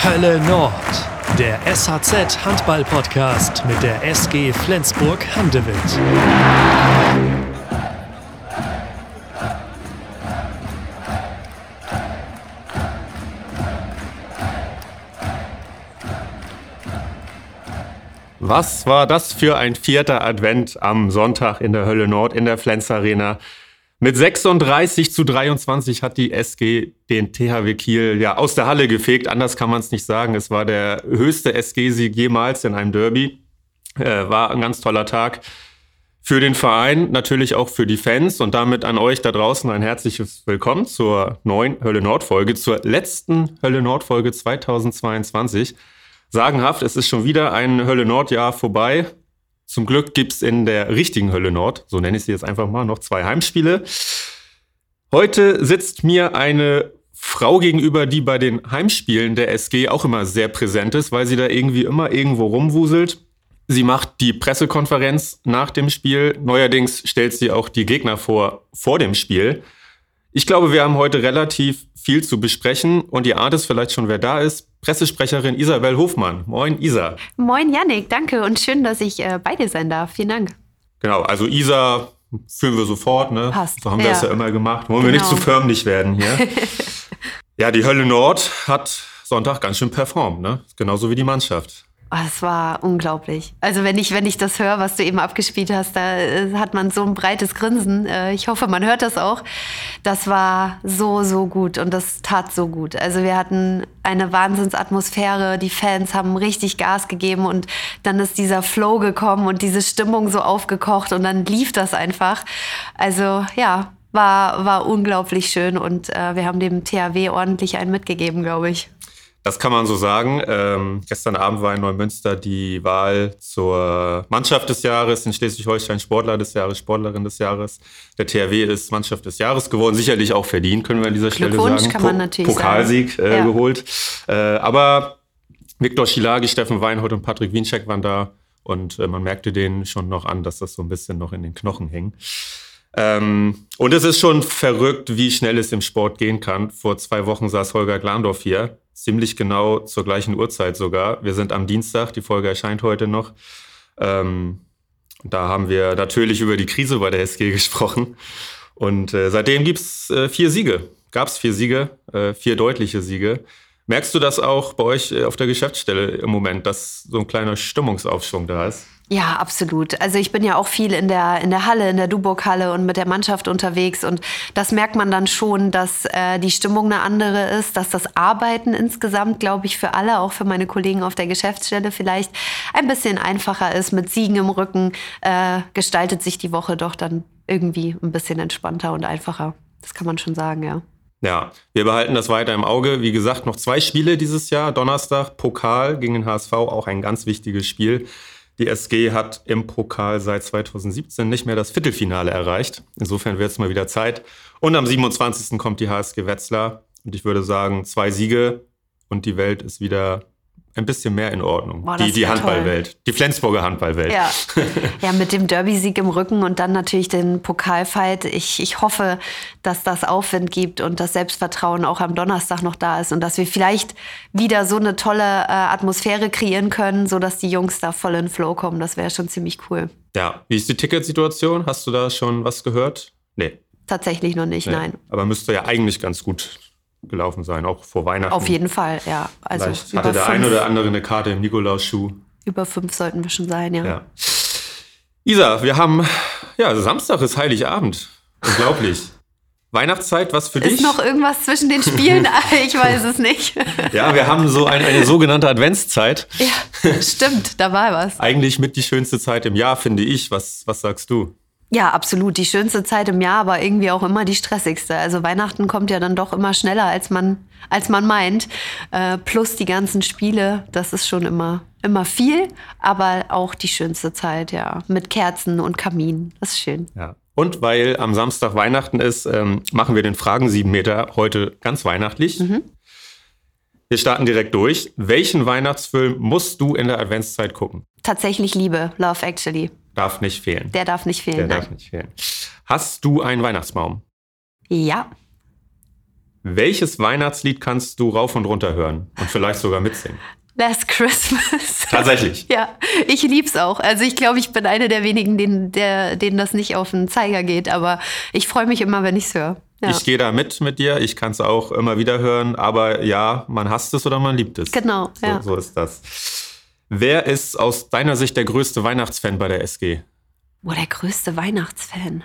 Hölle Nord, der SHZ Handball-Podcast mit der SG Flensburg-Handewitt. Was war das für ein 4. Advent am Sonntag in der Hölle Nord in der Flens Arena? Mit 36:23 hat die SG den THW Kiel ja aus der Halle gefegt. Anders kann man es nicht sagen. Es war der höchste SG-Sieg jemals in einem Derby. War ein ganz toller Tag für den Verein, natürlich auch für die Fans. Und damit an euch da draußen ein herzliches Willkommen zur neuen Hölle Nord-Folge, zur letzten Hölle Nord-Folge 2022. Sagenhaft, es ist schon wieder ein Hölle Nord-Jahr vorbei. Zum Glück gibt's in der richtigen Hölle Nord, so nenne ich sie jetzt einfach mal, noch 2 Heimspiele. Heute sitzt mir eine Frau gegenüber, die bei den Heimspielen der SG auch immer sehr präsent ist, weil sie da irgendwie immer irgendwo rumwuselt. Sie macht die Pressekonferenz nach dem Spiel. Neuerdings stellt sie auch die Gegner vor dem Spiel. Ich glaube, wir haben heute relativ viel zu besprechen und ihr ahnt es vielleicht schon, wer da ist. Pressesprecherin Isabel Hofmann. Moin, Isa. Moin, Yannick. Danke und schön, dass ich bei dir sein darf. Vielen Dank. Genau, also Isa führen wir sofort. Ne? Passt. So haben wir es ja immer gemacht. Wollen wir nicht zu förmlich werden hier. Ja, die Hölle Nord hat Sonntag ganz schön performt. Ne? Genauso wie die Mannschaft. Oh, das war unglaublich. Also wenn ich das höre, was du eben abgespielt hast, da hat man so ein breites Grinsen. Ich hoffe, man hört das auch. Das war so gut und das tat so gut. Also wir hatten eine Wahnsinnsatmosphäre, die Fans haben richtig Gas gegeben und dann ist dieser Flow gekommen und diese Stimmung so aufgekocht und dann lief das einfach. Also ja, war unglaublich schön und wir haben dem THW ordentlich einen mitgegeben, glaube ich. Das kann man so sagen. Gestern Abend war in Neumünster die Wahl zur Mannschaft des Jahres, in Schleswig-Holstein Sportler des Jahres, Sportlerin des Jahres. Der THW ist Mannschaft des Jahres geworden, sicherlich auch verdient, können wir an dieser Stelle sagen. Kann man natürlich Pokalsieg geholt. Aber Viktor Schilagi, Steffen Weinhold und Patrick Wiencheck waren da und man merkte denen schon noch an, dass das so ein bisschen noch in den Knochen hing. Und es ist schon verrückt, wie schnell es im Sport gehen kann. Vor 2 Wochen saß Holger Glandorf hier, ziemlich genau zur gleichen Uhrzeit sogar. Wir sind am Dienstag, die Folge erscheint heute noch. Da haben wir natürlich über die Krise bei der SG gesprochen. Und seitdem gibt's 4 Siege. Gab's 4 Siege, 4 deutliche Siege. Merkst du das auch bei euch auf der Geschäftsstelle im Moment, dass so ein kleiner Stimmungsaufschwung da ist? Ja, absolut. Also ich bin ja auch viel in der Halle, in der Duburg-Halle und mit der Mannschaft unterwegs und das merkt man dann schon, dass die Stimmung eine andere ist, dass das Arbeiten insgesamt, glaube ich, für alle, auch für meine Kollegen auf der Geschäftsstelle vielleicht ein bisschen einfacher ist. Mit Siegen im Rücken gestaltet sich die Woche doch dann irgendwie ein bisschen entspannter und einfacher. Das kann man schon sagen, ja. Ja, wir behalten das weiter im Auge. Wie gesagt, noch 2 Spiele dieses Jahr. Donnerstag, Pokal gegen den HSV, auch ein ganz wichtiges Spiel. Die SG hat im Pokal seit 2017 nicht mehr das Viertelfinale erreicht. Insofern wird es mal wieder Zeit. Und am 27. kommt die HSG Wetzlar. Und ich würde sagen, 2 Siege und die Welt ist wieder ein bisschen mehr in Ordnung. Boah, die Handballwelt, toll. Die Flensburger Handballwelt. Ja. Ja, mit dem Derby-Sieg im Rücken und dann natürlich den Pokalfight. Ich hoffe, dass das Aufwind gibt und das Selbstvertrauen auch am Donnerstag noch da ist und dass wir vielleicht wieder so eine tolle Atmosphäre kreieren können, sodass die Jungs da voll in Flow kommen. Das wäre schon ziemlich cool. Ja, wie ist die Ticketsituation? Hast du da schon was gehört? Nee. Tatsächlich noch nicht, nein. Aber müsste ja eigentlich ganz gut gelaufen sein, auch vor Weihnachten. Auf jeden Fall, ja. Also vielleicht hatte der ein oder andere eine Karte im Nikolausschuh. Über 5 sollten wir schon sein, ja. Isa, wir haben, Samstag ist Heiligabend. Unglaublich. Weihnachtszeit, was für dich? Ist noch irgendwas zwischen den Spielen? Ich weiß es nicht. Ja, wir haben so eine sogenannte Adventszeit. Ja, stimmt, da war was. Eigentlich mit die schönste Zeit im Jahr, finde ich. Was sagst du? Ja, absolut. Die schönste Zeit im Jahr, aber irgendwie auch immer die stressigste. Also Weihnachten kommt ja dann doch immer schneller, als man meint. Plus die ganzen Spiele, das ist schon immer viel, aber auch die schönste Zeit, ja. Mit Kerzen und Kamin. Das ist schön. Ja. Und weil am Samstag Weihnachten ist, machen wir den Fragen 7 Meter heute ganz weihnachtlich. Wir starten direkt durch. Welchen Weihnachtsfilm musst du in der Adventszeit gucken? Tatsächlich Liebe, Love Actually. Darf nicht fehlen. Der darf nicht fehlen. Darf nicht fehlen. Hast du einen Weihnachtsbaum? Ja. Welches Weihnachtslied kannst du rauf und runter hören und vielleicht sogar mitsingen? Last Christmas. Tatsächlich? Ja, ich lieb's auch. Also ich glaube, ich bin eine der wenigen, denen das nicht auf den Zeiger geht. Aber ich freue mich immer, wenn ich's höre. Ja. Ich gehe da mit dir. Ich kann es auch immer wieder hören. Aber ja, man hasst es oder man liebt es. Genau, ja. So ist das. Wer ist aus deiner Sicht der größte Weihnachtsfan bei der SG? Der größte Weihnachtsfan.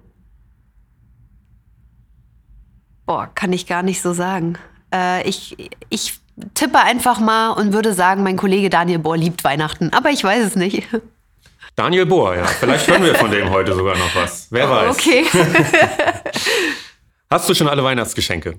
Kann ich gar nicht so sagen. Ich tippe einfach mal und würde sagen, mein Kollege Daniel Bohr liebt Weihnachten. Aber ich weiß es nicht. Daniel Bohr, ja. Vielleicht hören wir von dem heute sogar noch was. Wer weiß. Okay. Hast du schon alle Weihnachtsgeschenke?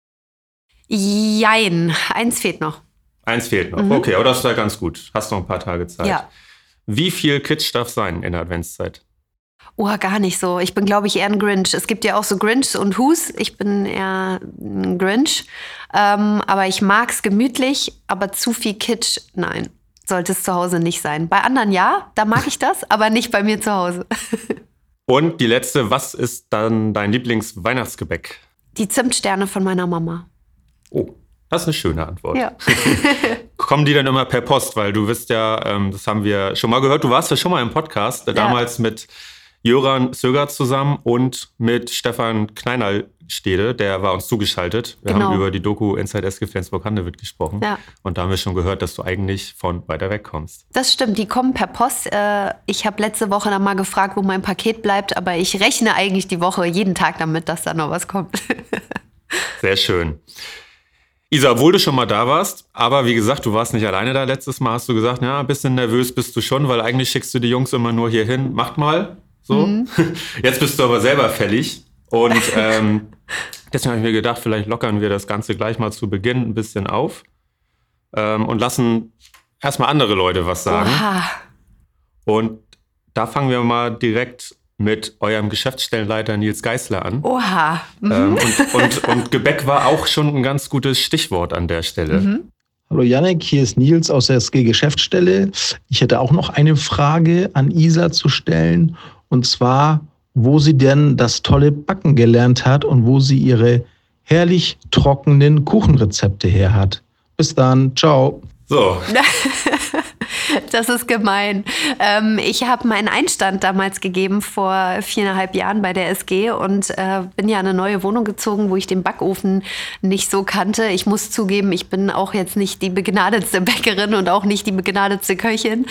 Jein. Eins fehlt noch. Eins fehlt noch. Okay, aber das ist ja ganz gut. Hast noch ein paar Tage Zeit. Ja. Wie viel Kitsch darf sein in der Adventszeit? Gar nicht so. Ich bin, glaube ich, eher ein Grinch. Es gibt ja auch so Grinchs und Whos. Ich bin eher ein Grinch. Aber ich mag's gemütlich, aber zu viel Kitsch, nein. Sollte es zu Hause nicht sein. Bei anderen ja, da mag ich das, aber nicht bei mir zu Hause. Und die letzte, was ist dann dein Lieblingsweihnachtsgebäck? Die Zimtsterne von meiner Mama. Oh, das ist eine schöne Antwort. Ja. Kommen die dann immer per Post? Weil du wirst ja, das haben wir schon mal gehört, du warst ja schon mal im Podcast, damals mit Jöran Söger zusammen und mit Stefan Kneinalstede, der war uns zugeschaltet. Wir haben über die Doku Inside SG Flensburg-Handewitt gesprochen. Ja. Und da haben wir schon gehört, dass du eigentlich von weiter weg kommst. Das stimmt, die kommen per Post. Ich habe letzte Woche dann mal gefragt, wo mein Paket bleibt, aber ich rechne eigentlich die Woche jeden Tag damit, dass da noch was kommt. Sehr schön. Isa, obwohl du schon mal da warst, aber wie gesagt, du warst nicht alleine da letztes Mal, hast du gesagt, ja, ein bisschen nervös bist du schon, weil eigentlich schickst du die Jungs immer nur hier hin, macht mal. So. Jetzt bist du aber selber fällig. Und deswegen habe ich mir gedacht, vielleicht lockern wir das Ganze gleich mal zu Beginn ein bisschen auf und lassen erstmal andere Leute was sagen. Oha. Und da fangen wir mal direkt mit eurem Geschäftsstellenleiter Nils Geisler an. Oha. Und Gebäck war auch schon ein ganz gutes Stichwort an der Stelle. Hallo Jannik, hier ist Nils aus der SG Geschäftsstelle. Ich hätte auch noch eine Frage an Isa zu stellen. Und zwar, wo sie denn das tolle Backen gelernt hat und wo sie ihre herrlich trockenen Kuchenrezepte her hat. Bis dann, ciao. So. Das ist gemein. Ich habe meinen Einstand damals gegeben vor 4,5 Jahren bei der SG und bin ja in eine neue Wohnung gezogen, wo ich den Backofen nicht so kannte. Ich muss zugeben, ich bin auch jetzt nicht die begnadetste Bäckerin und auch nicht die begnadetste Köchin.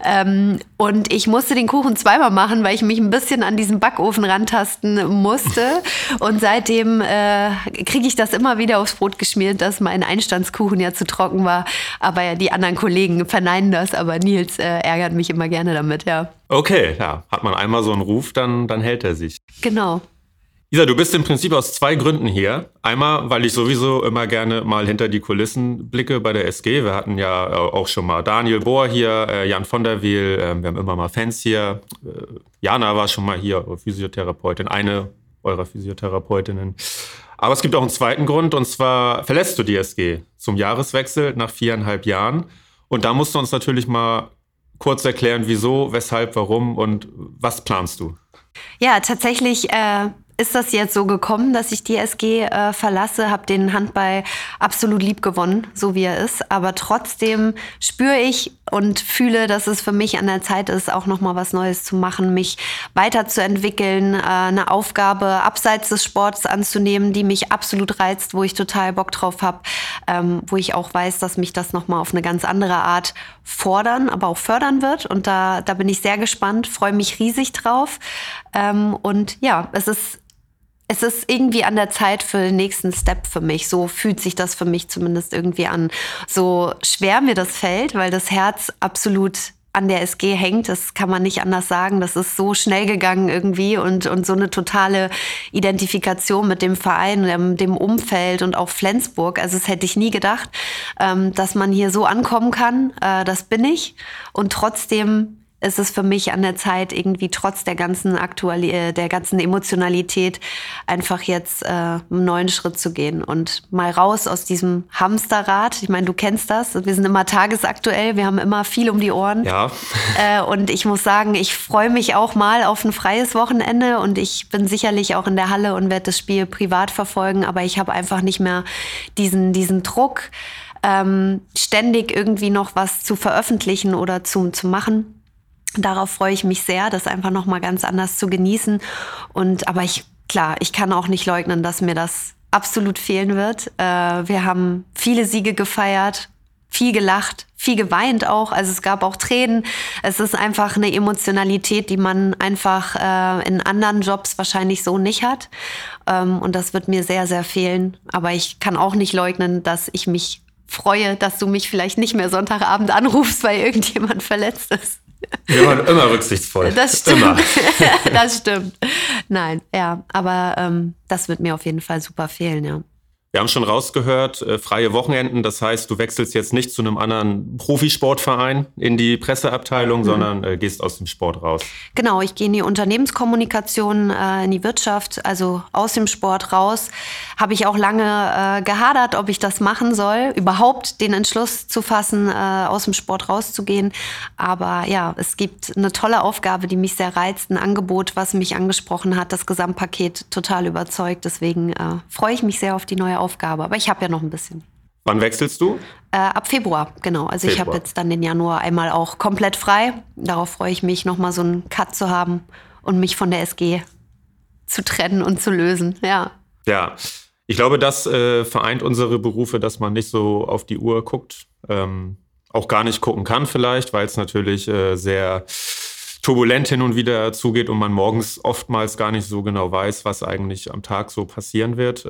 Und ich musste den Kuchen zweimal machen, weil ich mich ein bisschen an diesen Backofen rantasten musste. Und seitdem kriege ich das immer wieder aufs Brot geschmiert, dass mein Einstandskuchen ja zu trocken war. Aber die anderen Kollegen verneinen das. Aber Nils ärgert mich immer gerne damit, ja. Okay, ja. Hat man einmal so einen Ruf, dann hält er sich. Genau. Isa, du bist im Prinzip aus 2 Gründen hier. Einmal, weil ich sowieso immer gerne mal hinter die Kulissen blicke bei der SG. Wir hatten ja auch schon mal Daniel Bohr hier, Jan von der Wiel, wir haben immer mal Fans hier. Jana war schon mal hier, Physiotherapeutin, eine eurer Physiotherapeutinnen. Aber es gibt auch einen zweiten Grund, und zwar verlässt du die SG zum Jahreswechsel nach 4,5 Jahren. Und da musst du uns natürlich mal kurz erklären, wieso, weshalb, warum und was planst du? Ja, tatsächlich ist das jetzt so gekommen, dass ich die SG verlasse, habe den Handball absolut lieb gewonnen, so wie er ist. Aber trotzdem spüre ich und fühle, dass es für mich an der Zeit ist, auch noch mal was Neues zu machen, mich weiterzuentwickeln, eine Aufgabe abseits des Sports anzunehmen, die mich absolut reizt, wo ich total Bock drauf habe, wo ich auch weiß, dass mich das noch mal auf eine ganz andere Art fordern, aber auch fördern wird. Und da bin ich sehr gespannt, freue mich riesig drauf. Und ja, es ist irgendwie an der Zeit für den nächsten Step für mich. So fühlt sich das für mich zumindest irgendwie an. So schwer mir das fällt, weil das Herz absolut an der SG hängt. Das kann man nicht anders sagen. Das ist so schnell gegangen irgendwie und so eine totale Identifikation mit dem Verein, dem Umfeld und auch Flensburg. Also das hätte ich nie gedacht, dass man hier so ankommen kann. Das bin ich. Und trotzdem ist es für mich an der Zeit, irgendwie trotz der ganzen Emotionalität einfach jetzt einen neuen Schritt zu gehen und mal raus aus diesem Hamsterrad. Ich meine, du kennst das. Wir sind immer tagesaktuell. Wir haben immer viel um die Ohren. Ja. Und ich muss sagen, ich freue mich auch mal auf ein freies Wochenende und ich bin sicherlich auch in der Halle und werde das Spiel privat verfolgen. Aber ich habe einfach nicht mehr diesen Druck, ständig irgendwie noch was zu veröffentlichen oder zu machen. Darauf freue ich mich sehr, das einfach noch mal ganz anders zu genießen. Aber ich kann auch nicht leugnen, dass mir das absolut fehlen wird. Wir haben viele Siege gefeiert, viel gelacht, viel geweint auch. Also es gab auch Tränen. Es ist einfach eine Emotionalität, die man einfach in anderen Jobs wahrscheinlich so nicht hat. Und das wird mir sehr, sehr fehlen. Aber ich kann auch nicht leugnen, dass ich mich freue, dass du mich vielleicht nicht mehr Sonntagabend anrufst, weil irgendjemand verletzt ist. Wir waren immer rücksichtsvoll. Das stimmt. Immer. Das stimmt. Nein, ja, aber das wird mir auf jeden Fall super fehlen, ja. Wir haben schon rausgehört, freie Wochenenden, das heißt, du wechselst jetzt nicht zu einem anderen Profisportverein in die Presseabteilung, sondern gehst aus dem Sport raus. Genau, ich gehe in die Unternehmenskommunikation, in die Wirtschaft, also aus dem Sport raus. Habe ich auch lange gehadert, ob ich das machen soll, überhaupt den Entschluss zu fassen, aus dem Sport rauszugehen. Aber ja, es gibt eine tolle Aufgabe, die mich sehr reizt, ein Angebot, was mich angesprochen hat, das Gesamtpaket total überzeugt. Deswegen freue ich mich sehr auf die neue Aufgabe. Aber ich habe ja noch ein bisschen. Wann wechselst du? Ab Februar, genau. Also ich habe jetzt dann den Januar einmal auch komplett frei. Darauf freue ich mich, nochmal so einen Cut zu haben und mich von der SG zu trennen und zu lösen. Ja. Ja, ich glaube, das vereint unsere Berufe, dass man nicht so auf die Uhr guckt. Auch gar nicht gucken kann vielleicht, weil es natürlich sehr turbulent hin und wieder zugeht und man morgens oftmals gar nicht so genau weiß, was eigentlich am Tag so passieren wird.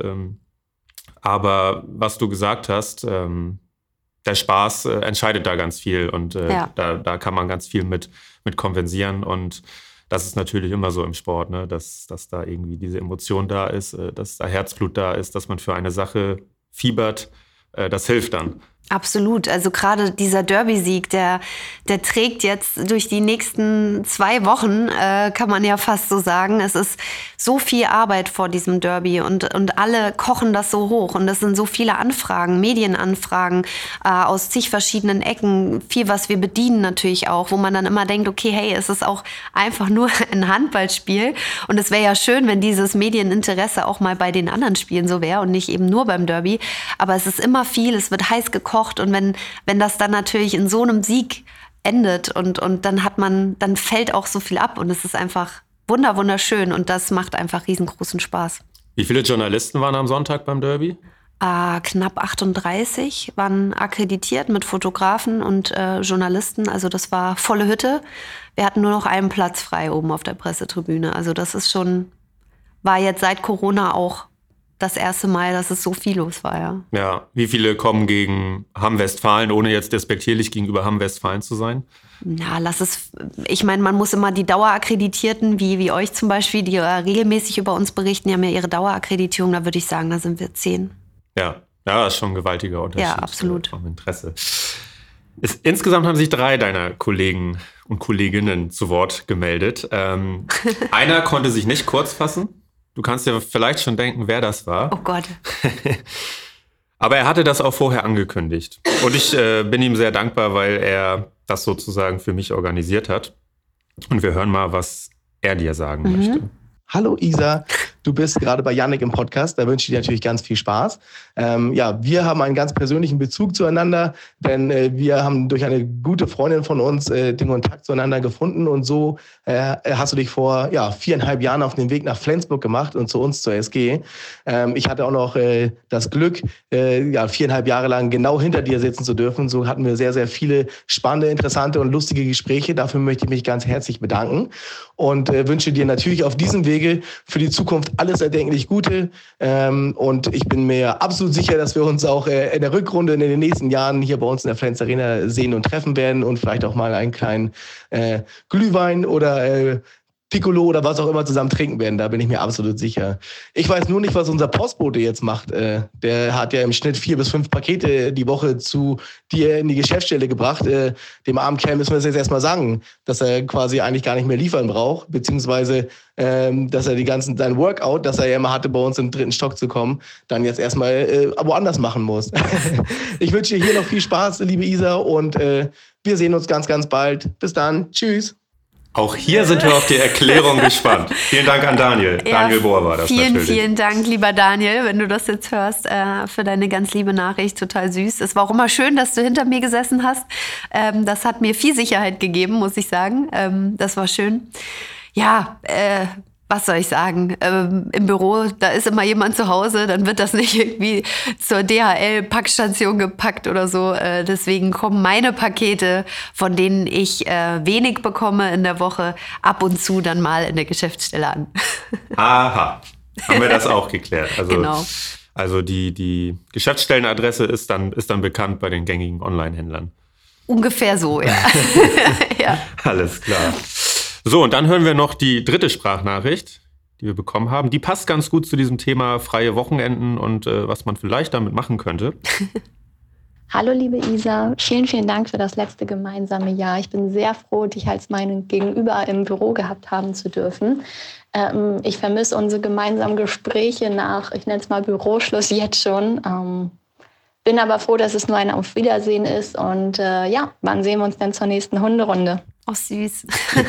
Aber was du gesagt hast, der Spaß entscheidet da ganz viel und da kann man ganz viel mit kompensieren und das ist natürlich immer so im Sport, ne? dass da irgendwie diese Emotion da ist, dass da Herzblut da ist, dass man für eine Sache fiebert, das hilft dann. Absolut. Also gerade dieser Derby-Sieg, der trägt jetzt durch die nächsten 2 Wochen, kann man ja fast so sagen. Es ist so viel Arbeit vor diesem Derby und alle kochen das so hoch. Und es sind so viele Anfragen, Medienanfragen aus zig verschiedenen Ecken. Viel, was wir bedienen natürlich auch, wo man dann immer denkt, okay, hey, es ist auch einfach nur ein Handballspiel. Und es wäre ja schön, wenn dieses Medieninteresse auch mal bei den anderen Spielen so wäre und nicht eben nur beim Derby. Aber es ist immer viel, es wird heiß gekocht. Und wenn das dann natürlich in so einem Sieg endet und dann fällt auch so viel ab und es ist einfach wunderschön und das macht einfach riesengroßen Spaß. Wie viele Journalisten waren am Sonntag beim Derby? Knapp 38 waren akkreditiert mit Fotografen und Journalisten. Also das war volle Hütte. Wir hatten nur noch einen Platz frei oben auf der Pressetribüne. Also das war jetzt seit Corona auch das erste Mal, dass es so viel los war, ja. Ja, wie viele kommen gegen Hamm-Westfalen, ohne jetzt despektierlich gegenüber Hamm-Westfalen zu sein? Na, ich meine, man muss immer die Dauerakkreditierten, wie euch zum Beispiel, die regelmäßig über uns berichten, die haben ja ihre Dauerakkreditierung, da würde ich sagen, da sind wir 10. Ja, das ist schon ein gewaltiger Unterschied. Ja, absolut. Vom Interesse. Insgesamt haben sich 3 deiner Kollegen und Kolleginnen zu Wort gemeldet. Einer konnte sich nicht kurz fassen. Du kannst dir vielleicht schon denken, wer das war. Oh Gott. Aber er hatte das auch vorher angekündigt. Und ich bin ihm sehr dankbar, weil er das sozusagen für mich organisiert hat. Und wir hören mal, was er dir sagen möchte. Hallo Isa, du bist gerade bei Yannick im Podcast, da wünsche ich dir natürlich ganz viel Spaß. Wir haben einen ganz persönlichen Bezug zueinander, denn wir haben durch eine gute Freundin von uns den Kontakt zueinander gefunden und so hast du dich vor 4,5 Jahren auf den Weg nach Flensburg gemacht und zu uns zur SG. Ich hatte auch noch das Glück, 4,5 Jahre lang genau hinter dir sitzen zu dürfen. So hatten wir sehr, sehr viele spannende, interessante und lustige Gespräche. Dafür möchte ich mich ganz herzlich bedanken und wünsche dir natürlich auf diesem Wege für die Zukunft alles erdenklich Gute. Und ich bin mir absolut sicher, dass wir uns auch in der Rückrunde in den nächsten Jahren hier bei uns in der Flens Arena sehen und treffen werden und vielleicht auch mal einen kleinen Glühwein oder Piccolo oder was auch immer zusammen trinken werden, da bin ich mir absolut sicher. Ich weiß nur nicht, was unser Postbote jetzt macht. Der hat ja im Schnitt 4 bis 5 Pakete die Woche zu dir in die Geschäftsstelle gebracht. Dem armen Kerl müssen wir das jetzt erstmal sagen, dass er quasi eigentlich gar nicht mehr liefern braucht, beziehungsweise dass er sein Workout, das er ja immer hatte, bei uns im 3. Stock zu kommen, dann jetzt erstmal woanders machen muss. Ich wünsche dir hier noch viel Spaß, liebe Isa, und wir sehen uns ganz, ganz bald. Bis dann. Tschüss. Auch hier sind wir auf die Erklärung gespannt. Vielen Dank an Daniel. Ja, Daniel Bohr war das natürlich. Vielen Dank, lieber Daniel, wenn du das jetzt hörst, für deine ganz liebe Nachricht. Total süß. Es war auch immer schön, dass du hinter mir gesessen hast. Das hat mir viel Sicherheit gegeben, muss ich sagen. Das war schön. Ja, was soll ich sagen? Im Büro, da ist immer jemand zu Hause, dann wird das nicht irgendwie zur DHL-Packstation gepackt oder so. Deswegen kommen meine Pakete, von denen ich wenig bekomme in der Woche, ab und zu dann mal in der Geschäftsstelle an. Aha, haben wir das auch geklärt. Also, genau. Also die Geschäftsstellenadresse ist dann bekannt bei den gängigen Online-Händlern. Ungefähr so, ja. Ja. Alles klar. So, und dann hören wir noch die 3. Sprachnachricht, die wir bekommen haben. Die passt ganz gut zu diesem Thema freie Wochenenden und was man vielleicht damit machen könnte. Hallo liebe Isa, vielen Dank für das letzte gemeinsame Jahr. Ich bin sehr froh, dich als meinen Gegenüber im Büro gehabt haben zu dürfen. Ich vermisse unsere gemeinsamen Gespräche nach, ich nenne es mal Büroschluss jetzt schon. Bin aber froh, dass es nur ein Auf Wiedersehen ist. Und wann sehen wir uns denn zur nächsten Hunderunde? Oh, süß.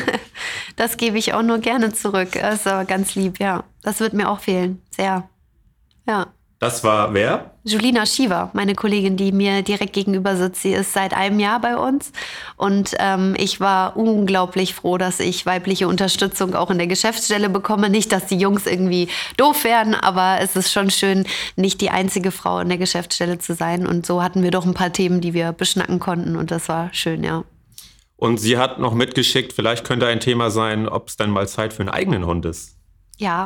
Das gebe ich auch nur gerne zurück. Das ist aber ganz lieb, ja. Das wird mir auch fehlen. Sehr. Ja. Das war wer? Julina Schiever, meine Kollegin, die mir direkt gegenüber sitzt. Sie ist seit einem Jahr bei uns. Und ich war unglaublich froh, dass ich weibliche Unterstützung auch in der Geschäftsstelle bekomme. Nicht, dass die Jungs irgendwie doof werden, aber es ist schon schön, nicht die einzige Frau in der Geschäftsstelle zu sein. Und so hatten wir doch ein paar Themen, die wir beschnacken konnten. Und das war schön, ja. Und sie hat noch mitgeschickt, vielleicht könnte ein Thema sein, ob es dann mal Zeit für einen eigenen Hund ist. Ja,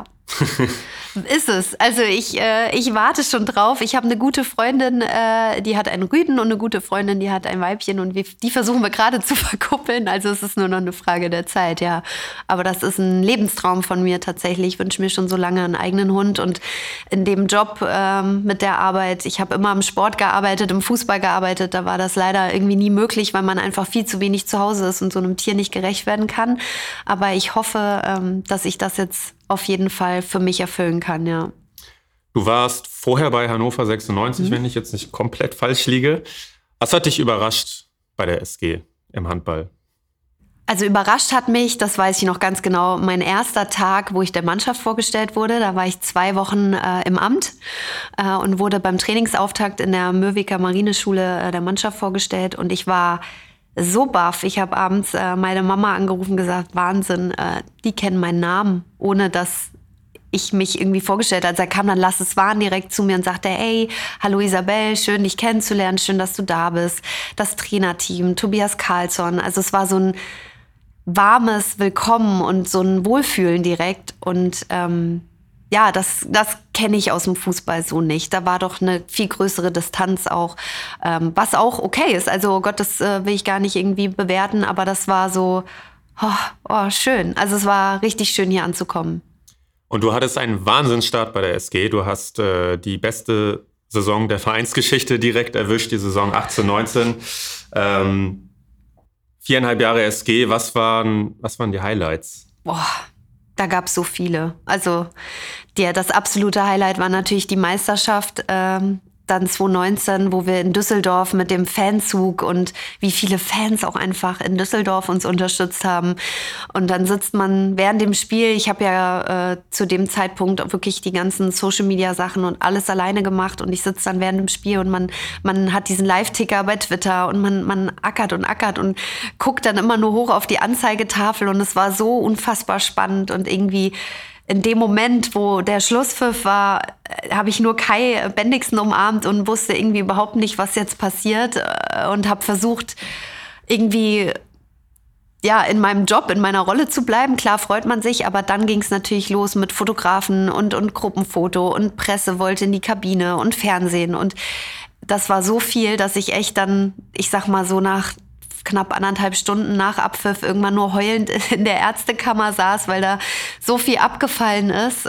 ist es. Also ich warte schon drauf. Ich habe eine gute Freundin, die hat einen Rüden, und eine gute Freundin, die hat ein Weibchen, und die versuchen wir gerade zu verkuppeln. Also es ist nur noch eine Frage der Zeit, ja. Aber das ist ein Lebenstraum von mir tatsächlich. Ich wünsche mir schon so lange einen eigenen Hund, und in dem Job mit der Arbeit, ich habe immer im Sport gearbeitet, im Fußball gearbeitet, da war das leider irgendwie nie möglich, weil man einfach viel zu wenig zu Hause ist und so einem Tier nicht gerecht werden kann. Aber ich hoffe, dass ich das jetzt auf jeden Fall für mich erfüllen kann, ja. Du warst vorher bei Hannover 96, wenn ich jetzt nicht komplett falsch liege. Was hat dich überrascht bei der SG im Handball? Also überrascht hat mich, das weiß ich noch ganz genau, mein erster Tag, wo ich der Mannschaft vorgestellt wurde. Da war ich 2 Wochen im Amt und wurde beim Trainingsauftakt in der Mürwiker Marineschule der Mannschaft vorgestellt. Und ich war so baff. Ich habe abends meine Mama angerufen und gesagt, Wahnsinn, die kennen meinen Namen, ohne dass ich mich irgendwie vorgestellt habe. Also er kam dann Lasse Swan direkt zu mir und sagte, ey, hallo Isabel, schön dich kennenzulernen, schön, dass du da bist. Das Trainerteam, Tobias Karlsson. Also es war so ein warmes Willkommen und so ein Wohlfühlen direkt. Und ja, das kenne ich aus dem Fußball so nicht. Da war doch eine viel größere Distanz auch, was auch okay ist. Also Gott, das will ich gar nicht irgendwie bewerten, aber das war so schön. Also es war richtig schön, hier anzukommen. Und du hattest einen Wahnsinnsstart bei der SG. Du hast die beste Saison der Vereinsgeschichte direkt erwischt, die Saison 18/19. 4,5 Jahre SG. Was waren die Highlights? Boah. Da gab es so viele. Also das absolute Highlight war natürlich die Meisterschaft, dann 2019, wo wir in Düsseldorf mit dem Fanzug und wie viele Fans auch einfach in Düsseldorf uns unterstützt haben. Und dann sitzt man während dem Spiel, ich habe ja zu dem Zeitpunkt wirklich die ganzen Social-Media-Sachen und alles alleine gemacht, und ich sitze dann während dem Spiel und man hat diesen Live-Ticker bei Twitter und man ackert und guckt dann immer nur hoch auf die Anzeigetafel, und es war so unfassbar spannend. Und irgendwie in dem Moment, wo der Schlusspfiff war, habe ich nur Kai Bendixen umarmt und wusste irgendwie überhaupt nicht, was jetzt passiert, und habe versucht, irgendwie in meinem Job, in meiner Rolle zu bleiben. Klar freut man sich, aber dann ging es natürlich los mit Fotografen und Gruppenfoto, und Presse wollte in die Kabine und Fernsehen, und das war so viel, dass ich echt dann, ich sag mal so nach knapp 1,5 Stunden nach Abpfiff irgendwann nur heulend in der Ärztekammer saß, weil da so viel abgefallen ist,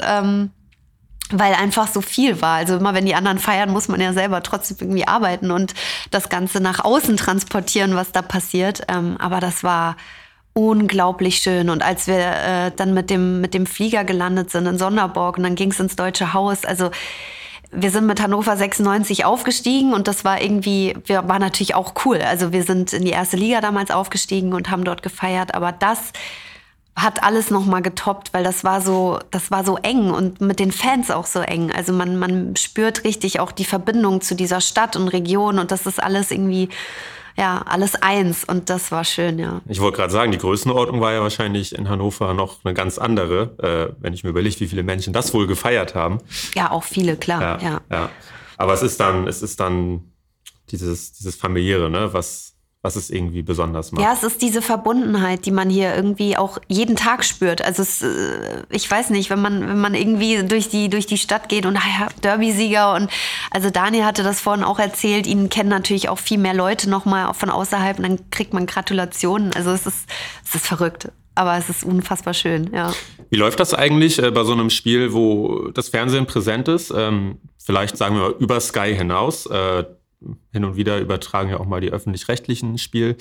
weil einfach so viel war. Also immer wenn die anderen feiern, muss man ja selber trotzdem irgendwie arbeiten und das Ganze nach außen transportieren, was da passiert. Aber das war unglaublich schön. Und als wir dann mit dem Flieger gelandet sind in Sonderborg und dann ging es ins Deutsche Haus, also wir sind mit Hannover 96 aufgestiegen und das war war natürlich auch cool. Also wir sind in die erste Liga damals aufgestiegen und haben dort gefeiert, aber das hat alles nochmal getoppt, weil das war so eng und mit den Fans auch so eng. Also man spürt richtig auch die Verbindung zu dieser Stadt und Region und das ist alles irgendwie, ja, alles eins und das war schön, ja. Ich wollte gerade sagen, die Größenordnung war ja wahrscheinlich in Hannover noch eine ganz andere, wenn ich mir überlege, wie viele Menschen das wohl gefeiert haben. Ja, auch viele, klar, ja. Aber es ist dann dieses Familiäre, ne, was es irgendwie besonders macht. Ja, es ist diese Verbundenheit, die man hier irgendwie auch jeden Tag spürt. Also ich weiß nicht, wenn man irgendwie durch die Stadt geht und Derby-Sieger und also Daniel hatte das vorhin auch erzählt, ihn kennen natürlich auch viel mehr Leute nochmal von außerhalb und dann kriegt man Gratulationen. Also es ist verrückt, aber es ist unfassbar schön, ja. Wie läuft das eigentlich bei so einem Spiel, wo das Fernsehen präsent ist? Vielleicht sagen wir mal über Sky hinaus. Hin und wieder übertragen ja auch mal die öffentlich-rechtlichen Spiel.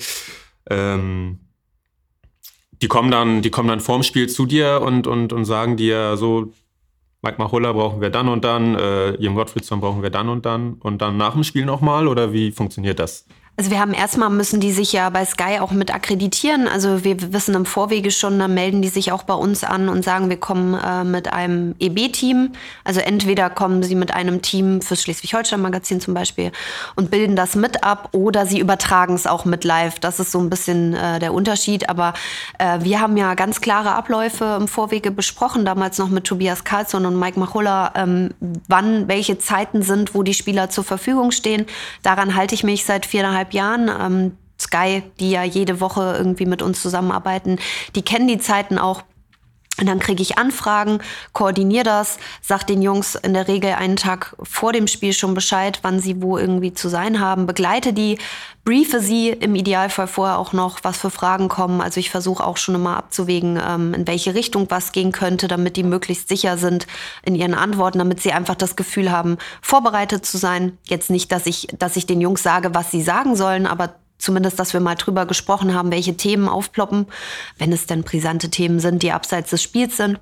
Die kommen dann vorm Spiel zu dir und sagen dir so, Mike Machulla brauchen wir dann und dann, Jim Gottfriedson brauchen wir dann und dann nach dem Spiel nochmal, oder wie funktioniert das? Also müssen die sich ja bei Sky auch mit akkreditieren. Also wir wissen im Vorwege schon, dann melden die sich auch bei uns an und sagen, wir kommen mit einem EB-Team. Also entweder kommen sie mit einem Team fürs Schleswig-Holstein-Magazin zum Beispiel und bilden das mit ab oder sie übertragen es auch mit live. Das ist so ein bisschen der Unterschied. Aber wir haben ja ganz klare Abläufe im Vorwege besprochen, damals noch mit Tobias Karlsson und Mike Machulla, wann welche Zeiten sind, wo die Spieler zur Verfügung stehen. Daran halte ich mich seit 4,5 Jahren. Sky, die ja jede Woche irgendwie mit uns zusammenarbeiten, die kennen die Zeiten auch. Und dann kriege ich Anfragen, koordiniere das, sag den Jungs in der Regel einen Tag vor dem Spiel schon Bescheid, wann sie wo irgendwie zu sein haben, begleite die, briefe sie im Idealfall vorher auch noch, was für Fragen kommen. Also ich versuche auch schon immer abzuwägen, in welche Richtung was gehen könnte, damit die möglichst sicher sind in ihren Antworten, damit sie einfach das Gefühl haben, vorbereitet zu sein. Jetzt nicht, dass ich den Jungs sage, was sie sagen sollen, aber zumindest, dass wir mal drüber gesprochen haben, welche Themen aufploppen, wenn es denn brisante Themen sind, die abseits des Spiels sind.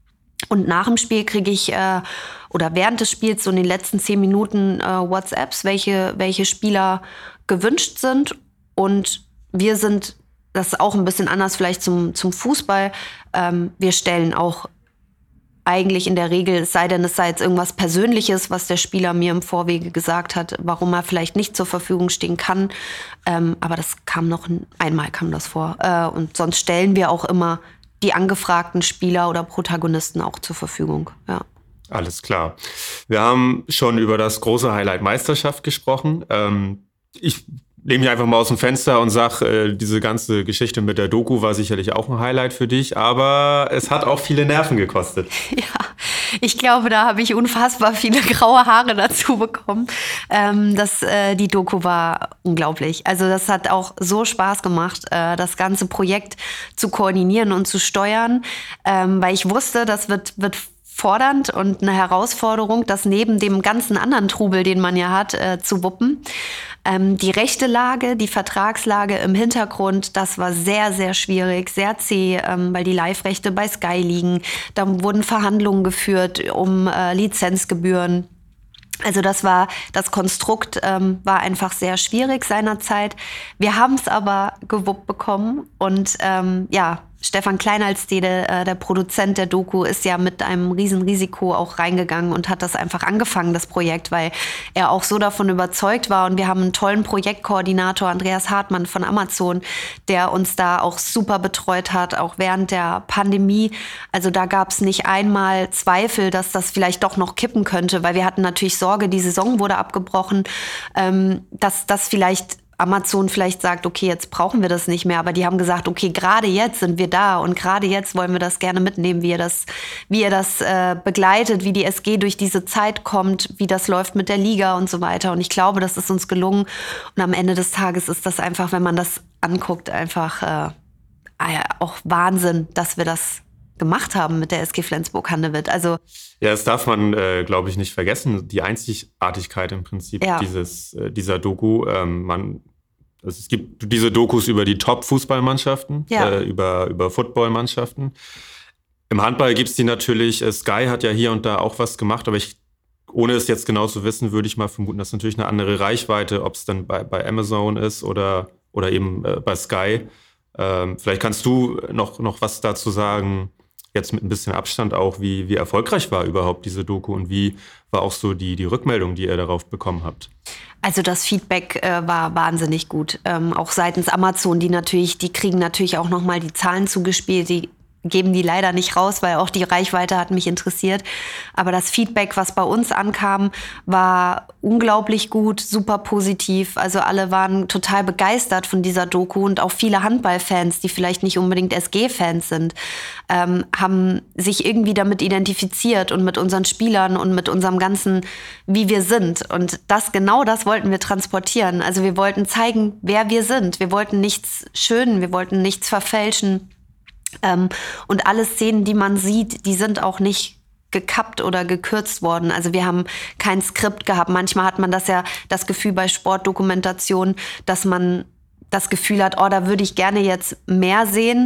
Und nach dem Spiel kriege ich, oder während des Spiels, so in den letzten 10 Minuten WhatsApps, welche Spieler gewünscht sind. Und wir sind, das ist auch ein bisschen anders vielleicht zum Fußball, wir stellen auch eigentlich in der Regel, es sei denn, es sei jetzt irgendwas Persönliches, was der Spieler mir im Vorwege gesagt hat, warum er vielleicht nicht zur Verfügung stehen kann. Aber das einmal kam das vor. Und sonst stellen wir auch immer die angefragten Spieler oder Protagonisten auch zur Verfügung. Ja. Alles klar. Wir haben schon über das große Highlight Meisterschaft gesprochen. Ich lehne mich einfach mal aus dem Fenster und sage, diese ganze Geschichte mit der Doku war sicherlich auch ein Highlight für dich, aber es hat auch viele Nerven gekostet. Ja, ich glaube, da habe ich unfassbar viele graue Haare dazu bekommen. Die Doku war unglaublich. Also das hat auch so Spaß gemacht, das ganze Projekt zu koordinieren und zu steuern, weil ich wusste, das wird fordernd und eine Herausforderung, das neben dem ganzen anderen Trubel, den man ja hat, zu wuppen. Die rechte Lage, die Vertragslage im Hintergrund, das war sehr, sehr schwierig, sehr zäh, weil die Live-Rechte bei Sky liegen. Da wurden Verhandlungen geführt um Lizenzgebühren. Also das Konstrukt war einfach sehr schwierig seinerzeit. Wir haben es aber gewuppt bekommen und Stefan Kleinhalsstede, der Produzent der Doku, ist ja mit einem Riesenrisiko auch reingegangen und hat das einfach angefangen, das Projekt, weil er auch so davon überzeugt war. Und wir haben einen tollen Projektkoordinator, Andreas Hartmann von Amazon, der uns da auch super betreut hat, auch während der Pandemie. Also da gab es nicht einmal Zweifel, dass das vielleicht doch noch kippen könnte, weil wir hatten natürlich Sorge, die Saison wurde abgebrochen, dass das vielleicht Amazon vielleicht sagt, okay, jetzt brauchen wir das nicht mehr, aber die haben gesagt, okay, gerade jetzt sind wir da und gerade jetzt wollen wir das gerne mitnehmen, wie ihr das begleitet, wie die SG durch diese Zeit kommt, wie das läuft mit der Liga und so weiter. Und ich glaube, das ist uns gelungen. Und am Ende des Tages ist das einfach, wenn man das anguckt, einfach auch Wahnsinn, dass wir das gemacht haben mit der SG Flensburg-Handewitt. Also ja, das darf man, glaube ich, nicht vergessen. Die Einzigartigkeit im Prinzip dieser Doku. Es gibt diese Dokus über die Top-Fußballmannschaften, über Footballmannschaften. Im Handball gibt es die natürlich. Sky hat ja hier und da auch was gemacht, aber ohne es jetzt genau zu wissen, würde ich mal vermuten, dass natürlich eine andere Reichweite, ob es dann bei Amazon ist oder eben bei Sky. Vielleicht kannst du noch was dazu sagen, jetzt mit ein bisschen Abstand auch, wie erfolgreich war überhaupt diese Doku und wie war auch so die Rückmeldung, die ihr darauf bekommen habt? Also das Feedback war wahnsinnig gut. Auch seitens Amazon, die kriegen natürlich auch nochmal die Zahlen zugespielt, die geben die leider nicht raus, weil auch die Reichweite hat mich interessiert. Aber das Feedback, was bei uns ankam, war unglaublich gut, super positiv. Also alle waren total begeistert von dieser Doku und auch viele Handballfans, die vielleicht nicht unbedingt SG-Fans sind, haben sich irgendwie damit identifiziert und mit unseren Spielern und mit unserem ganzen, wie wir sind. Und genau das wollten wir transportieren. Also wir wollten zeigen, wer wir sind. Wir wollten nichts schönen, wir wollten nichts verfälschen. Und alle Szenen, die man sieht, die sind auch nicht gekappt oder gekürzt worden. Also wir haben kein Skript gehabt. Manchmal hat man das Gefühl bei Sportdokumentationen, dass man das Gefühl hat, da würde ich gerne jetzt mehr sehen.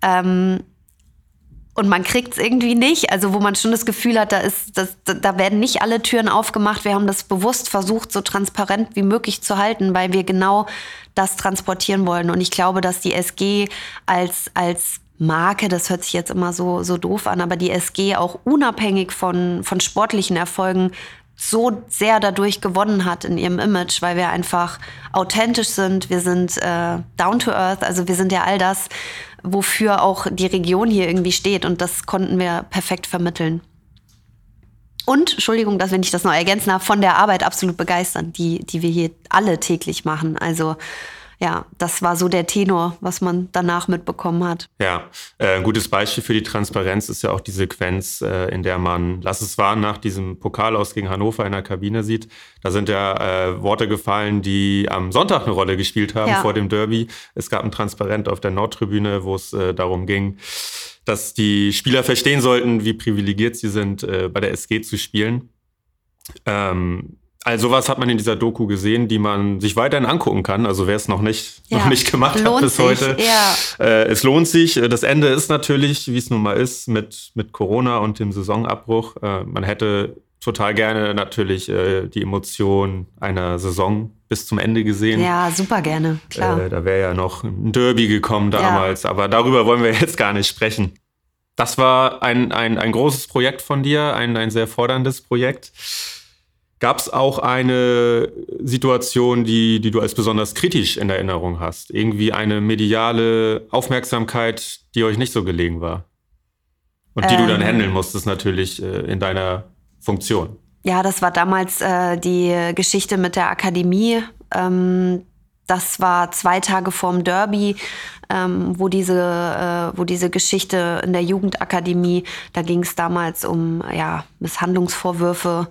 Und man kriegt es irgendwie nicht. Also wo man schon das Gefühl hat, da werden nicht alle Türen aufgemacht. Wir haben das bewusst versucht, so transparent wie möglich zu halten, weil wir genau das transportieren wollen. Und ich glaube, dass die SG als Marke, das hört sich jetzt immer so doof an, aber die SG auch unabhängig von sportlichen Erfolgen so sehr dadurch gewonnen hat in ihrem Image, weil wir einfach authentisch sind, wir sind down to earth, also wir sind ja all das, wofür auch die Region hier irgendwie steht und das konnten wir perfekt vermitteln. Und, Entschuldigung, wenn ich das noch ergänzen darf, von der Arbeit absolut begeistert, die wir hier alle täglich machen, also ja, das war so der Tenor, was man danach mitbekommen hat. Ja, ein gutes Beispiel für die Transparenz ist ja auch die Sequenz, in der man Lass es wahren nach diesem Pokal aus gegen Hannover in der Kabine sieht. Da sind ja Worte gefallen, die am Sonntag eine Rolle gespielt haben vor dem Derby. Es gab ein Transparent auf der Nordtribüne, wo es darum ging, dass die Spieler verstehen sollten, wie privilegiert sie sind, bei der SG zu spielen. Also sowas hat man in dieser Doku gesehen, die man sich weiterhin angucken kann. Also wer es noch nicht gemacht hat bis heute. Ja. Es lohnt sich. Das Ende ist natürlich, wie es nun mal ist, mit Corona und dem Saisonabbruch. Man hätte total gerne natürlich die Emotion einer Saison bis zum Ende gesehen. Ja, super gerne, klar. Da wäre ja noch ein Derby gekommen damals. Ja. Aber darüber wollen wir jetzt gar nicht sprechen. Das war ein großes Projekt von dir, ein sehr forderndes Projekt. Gab es auch eine Situation, die du als besonders kritisch in Erinnerung hast? Irgendwie eine mediale Aufmerksamkeit, die euch nicht so gelegen war? Und die du dann handeln musstest natürlich in deiner Funktion. Ja, das war damals die Geschichte mit der Akademie. Das war 2 Tage vorm Derby, wo diese Geschichte in der Jugendakademie, da ging es damals um Misshandlungsvorwürfe.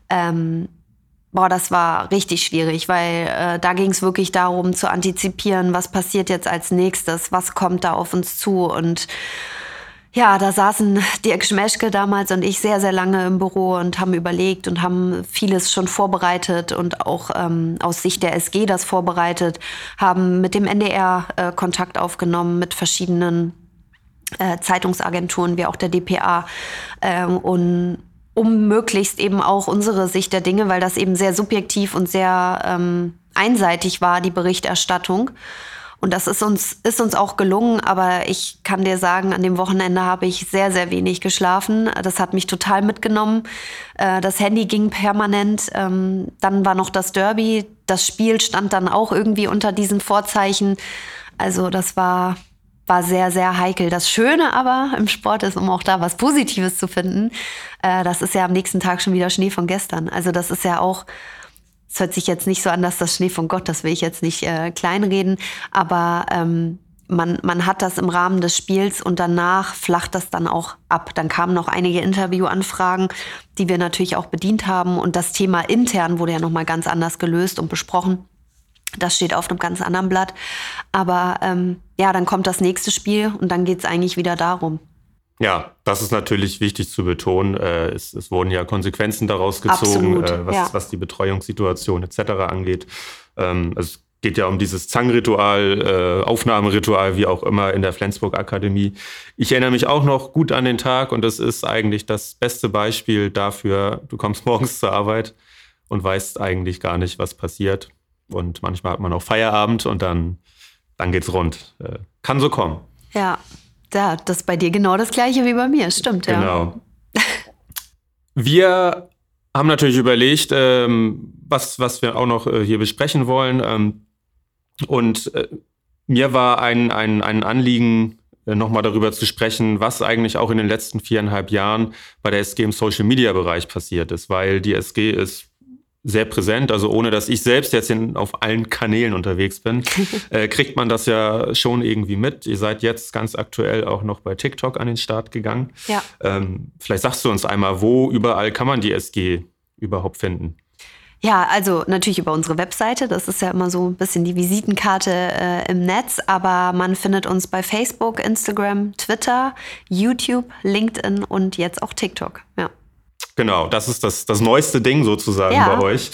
Das war richtig schwierig, weil da ging es wirklich darum zu antizipieren, was passiert jetzt als nächstes, was kommt da auf uns zu. Und ja, da saßen Dirk Schmeschke damals und ich sehr, sehr lange im Büro und haben überlegt und haben vieles schon vorbereitet und auch aus Sicht der SG das vorbereitet, haben mit dem NDR Kontakt aufgenommen, mit verschiedenen Zeitungsagenturen wie auch der dpa und um möglichst eben auch unsere Sicht der Dinge, weil das eben sehr subjektiv und sehr einseitig war, die Berichterstattung. Und das ist uns auch gelungen, aber ich kann dir sagen, an dem Wochenende habe ich sehr, sehr wenig geschlafen. Das hat mich total mitgenommen. Das Handy ging permanent. Dann war noch das Derby. Das Spiel stand dann auch irgendwie unter diesen Vorzeichen. Also das war sehr, sehr heikel. Das Schöne aber im Sport ist, um auch da was Positives zu finden, das ist ja am nächsten Tag schon wieder Schnee von gestern. Also das ist ja auch es hört sich jetzt nicht so an, dass das Schnee von Gott, das will ich jetzt nicht kleinreden, aber man hat das im Rahmen des Spiels und danach flacht das dann auch ab. Dann kamen noch einige Interviewanfragen, die wir natürlich auch bedient haben. Und das Thema intern wurde ja nochmal ganz anders gelöst und besprochen. Das steht auf einem ganz anderen Blatt. Aber dann kommt das nächste Spiel und dann geht es eigentlich wieder darum. Ja, das ist natürlich wichtig zu betonen. Es wurden ja Konsequenzen daraus gezogen, was die Betreuungssituation etc. angeht. Es geht ja um dieses Zangritual, Aufnahmeritual, wie auch immer, in der Flensburg Akademie. Ich erinnere mich auch noch gut an den Tag und das ist eigentlich das beste Beispiel dafür. Du kommst morgens zur Arbeit und weißt eigentlich gar nicht, was passiert. Und manchmal hat man auch Feierabend und dann geht's rund. Kann so kommen. Ja, das ist bei dir genau das Gleiche wie bei mir, stimmt, ja. Genau. Wir haben natürlich überlegt, was wir auch noch hier besprechen wollen. Und mir war ein Anliegen, nochmal darüber zu sprechen, was eigentlich auch in den letzten 4,5 Jahren bei der SG im Social-Media-Bereich passiert ist, weil die SG ist sehr präsent, also ohne dass ich selbst jetzt auf allen Kanälen unterwegs bin, kriegt man das ja schon irgendwie mit. Ihr seid jetzt ganz aktuell auch noch bei TikTok an den Start gegangen. Ja. Vielleicht sagst du uns einmal, wo überall kann man die SG überhaupt finden? Ja, also natürlich über unsere Webseite. Das ist ja immer so ein bisschen die Visitenkarte im Netz. Aber man findet uns bei Facebook, Instagram, Twitter, YouTube, LinkedIn und jetzt auch TikTok. Ja. Genau, das ist das neueste Ding sozusagen bei euch.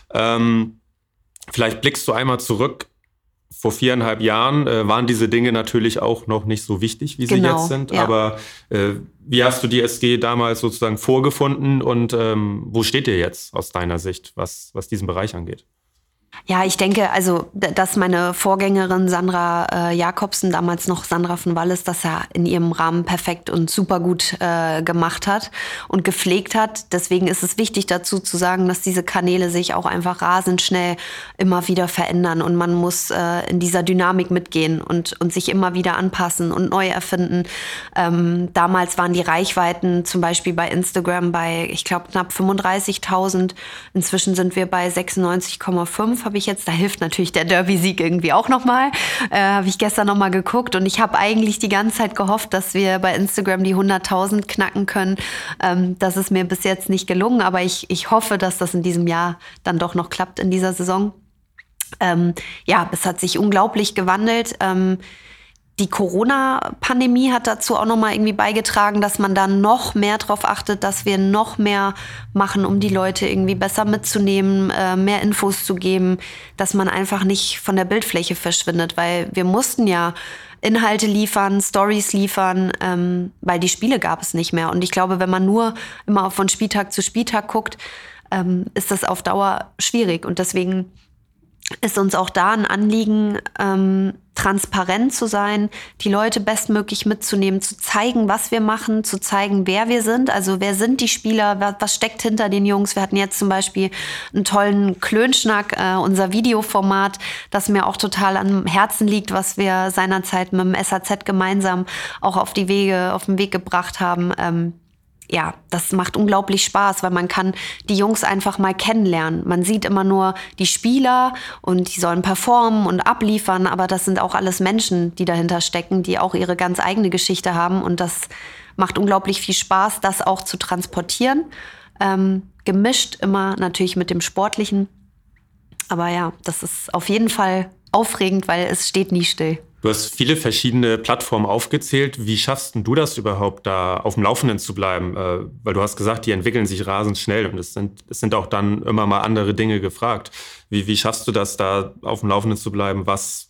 Vielleicht blickst du einmal zurück. Vor 4,5 Jahren waren diese Dinge natürlich auch noch nicht so wichtig, wie sie jetzt sind. Ja. Aber wie hast du die SG damals sozusagen vorgefunden und wo steht ihr jetzt aus deiner Sicht, was diesen Bereich angeht? Ja, ich denke, also, dass meine Vorgängerin Sandra Jakobsen, damals noch Sandra von Wallis, das ja in ihrem Rahmen perfekt und super gut gemacht hat und gepflegt hat. Deswegen ist es wichtig dazu zu sagen, dass diese Kanäle sich auch einfach rasend schnell immer wieder verändern und man muss in dieser Dynamik mitgehen und sich immer wieder anpassen und neu erfinden. Damals waren die Reichweiten zum Beispiel bei Instagram bei, ich glaube, knapp 35.000. Inzwischen sind wir bei 96,5. Habe ich jetzt, da hilft natürlich der Derby-Sieg irgendwie auch nochmal. Habe ich gestern nochmal geguckt und ich habe eigentlich die ganze Zeit gehofft, dass wir bei Instagram die 100.000 knacken können. Das ist mir bis jetzt nicht gelungen, aber ich hoffe, dass das in diesem Jahr dann doch noch klappt in dieser Saison. Es hat sich unglaublich gewandelt. Die Corona-Pandemie hat dazu auch nochmal irgendwie beigetragen, dass man da noch mehr drauf achtet, dass wir noch mehr machen, um die Leute irgendwie besser mitzunehmen, mehr Infos zu geben, dass man einfach nicht von der Bildfläche verschwindet, weil wir mussten ja Inhalte liefern, Stories liefern, weil die Spiele gab es nicht mehr. Und ich glaube, wenn man nur immer von Spieltag zu Spieltag guckt, ist das auf Dauer schwierig. Und deswegen ist uns auch da ein Anliegen, transparent zu sein, die Leute bestmöglich mitzunehmen, zu zeigen, was wir machen, zu zeigen, wer wir sind. Also wer sind die Spieler, was steckt hinter den Jungs. Wir hatten jetzt zum Beispiel einen tollen Klönschnack, unser Videoformat, das mir auch total am Herzen liegt, was wir seinerzeit mit dem SAZ gemeinsam auch auf den Weg gebracht haben. Das macht unglaublich Spaß, weil man kann die Jungs einfach mal kennenlernen. Man sieht immer nur die Spieler und die sollen performen und abliefern, aber das sind auch alles Menschen, die dahinter stecken, die auch ihre ganz eigene Geschichte haben und das macht unglaublich viel Spaß, das auch zu transportieren. Gemischt immer natürlich mit dem Sportlichen. Aber ja, das ist auf jeden Fall aufregend, weil es steht nie still. Du hast viele verschiedene Plattformen aufgezählt. Wie schaffst denn du das überhaupt, da auf dem Laufenden zu bleiben? Weil du hast gesagt, die entwickeln sich rasend schnell und es sind auch dann immer mal andere Dinge gefragt. Wie schaffst du das, da auf dem Laufenden zu bleiben, was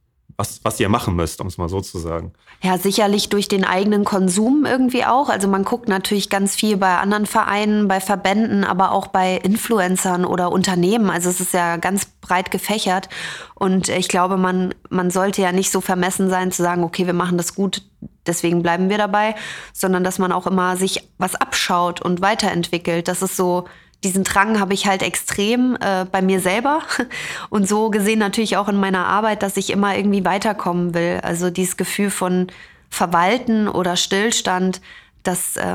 ihr machen müsst, um es mal so zu sagen? Ja, sicherlich durch den eigenen Konsum irgendwie auch. Also man guckt natürlich ganz viel bei anderen Vereinen, bei Verbänden, aber auch bei Influencern oder Unternehmen. Also es ist ja ganz breit gefächert. Und ich glaube, man sollte ja nicht so vermessen sein zu sagen, okay, wir machen das gut, deswegen bleiben wir dabei, sondern dass man auch immer sich was abschaut und weiterentwickelt. Das ist so, diesen Drang habe ich halt extrem bei mir selber und so gesehen natürlich auch in meiner Arbeit, dass ich immer irgendwie weiterkommen will. Also dieses Gefühl von Verwalten oder Stillstand, das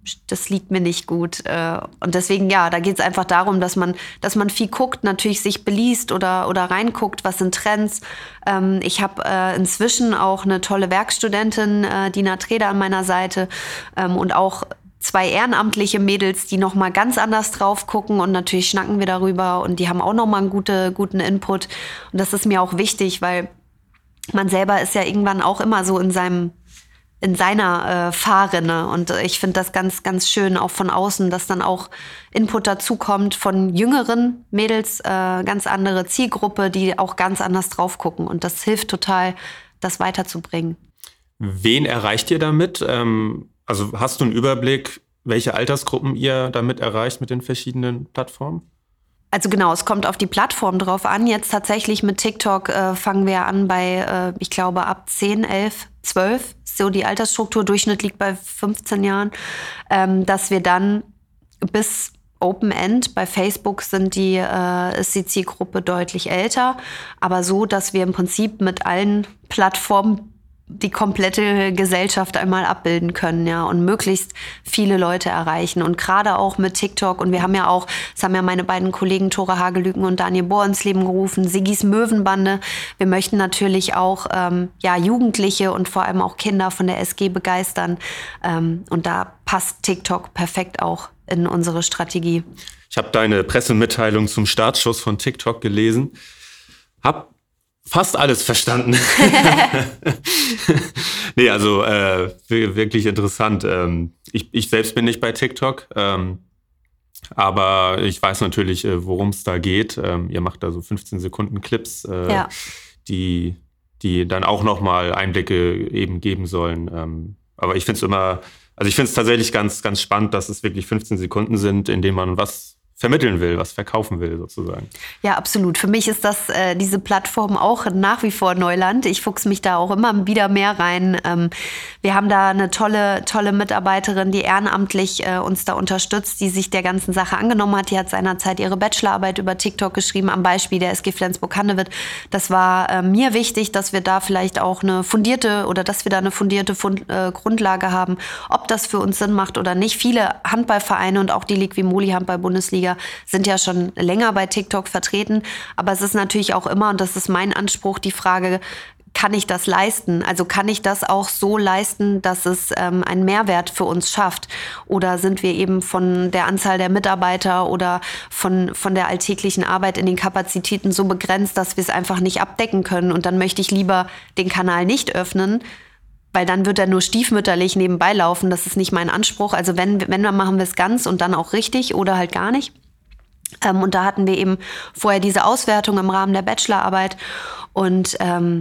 das liegt mir nicht gut. Und deswegen, ja, da geht es einfach darum, dass man viel guckt, natürlich sich beliest oder reinguckt, was sind Trends. Ich habe inzwischen auch eine tolle Werkstudentin, Dina Treder, an meiner Seite und auch 2 ehrenamtliche Mädels, die nochmal ganz anders drauf gucken, und natürlich schnacken wir darüber und die haben auch nochmal einen guten Input. Und das ist mir auch wichtig, weil man selber ist ja irgendwann auch immer so in seiner Fahrrinne, und ich finde das ganz, ganz schön, auch von außen, dass dann auch Input dazu kommt von jüngeren Mädels, ganz andere Zielgruppe, die auch ganz anders drauf gucken, und das hilft total, das weiterzubringen. Wen erreicht ihr damit? Also hast du einen Überblick, welche Altersgruppen ihr damit erreicht mit den verschiedenen Plattformen? Also genau, es kommt auf die Plattform drauf an. Jetzt tatsächlich mit TikTok fangen wir an bei, ich glaube, ab 10, 11, 12. So die Altersstruktur, Durchschnitt liegt bei 15 Jahren. Dass wir dann bis Open End, bei Facebook ist die Zielgruppe deutlich älter. Aber so, dass wir im Prinzip mit allen Plattformen die komplette Gesellschaft einmal abbilden können, ja, und möglichst viele Leute erreichen. Und gerade auch mit TikTok, und wir haben ja auch, das haben ja meine beiden Kollegen Tore Hagelüken und Daniel Bohr ins Leben gerufen, Siggis Möwenbande. Wir möchten natürlich auch Jugendliche und vor allem auch Kinder von der SG begeistern. Und da passt TikTok perfekt auch in unsere Strategie. Ich habe deine Pressemitteilung zum Startschuss von TikTok gelesen. Hab fast alles verstanden. Nee, also wirklich interessant. Ich selbst bin nicht bei TikTok, aber ich weiß natürlich, worum es da geht. Ihr macht da so 15 Sekunden Clips, die dann auch nochmal Einblicke eben geben sollen. Aber ich finde es tatsächlich ganz, ganz spannend, dass es wirklich 15 Sekunden sind, in denen man was vermitteln will, was verkaufen will sozusagen. Ja, absolut. Für mich ist das diese Plattform auch nach wie vor Neuland. Ich fuchse mich da auch immer wieder mehr rein. Wir haben da eine tolle Mitarbeiterin, die ehrenamtlich uns da unterstützt, die sich der ganzen Sache angenommen hat. Die hat seinerzeit ihre Bachelorarbeit über TikTok geschrieben, am Beispiel der SG Flensburg-Handewitt. Das war mir wichtig, dass wir da vielleicht auch eine fundierte Grundlage haben, ob das für uns Sinn macht oder nicht. Viele Handballvereine und auch die Liquimoli Handball-Bundesliga sind ja schon länger bei TikTok vertreten. Aber es ist natürlich auch immer, und das ist mein Anspruch, die Frage, kann ich das leisten? Also kann ich das auch so leisten, dass es einen Mehrwert für uns schafft? Oder sind wir eben von der Anzahl der Mitarbeiter oder von der alltäglichen Arbeit in den Kapazitäten so begrenzt, dass wir es einfach nicht abdecken können? Und dann möchte ich lieber den Kanal nicht öffnen, weil dann wird er nur stiefmütterlich nebenbei laufen. Das ist nicht mein Anspruch. Also wenn, dann machen wir es ganz und dann auch richtig oder halt gar nicht. Und da hatten wir eben vorher diese Auswertung im Rahmen der Bachelorarbeit. Und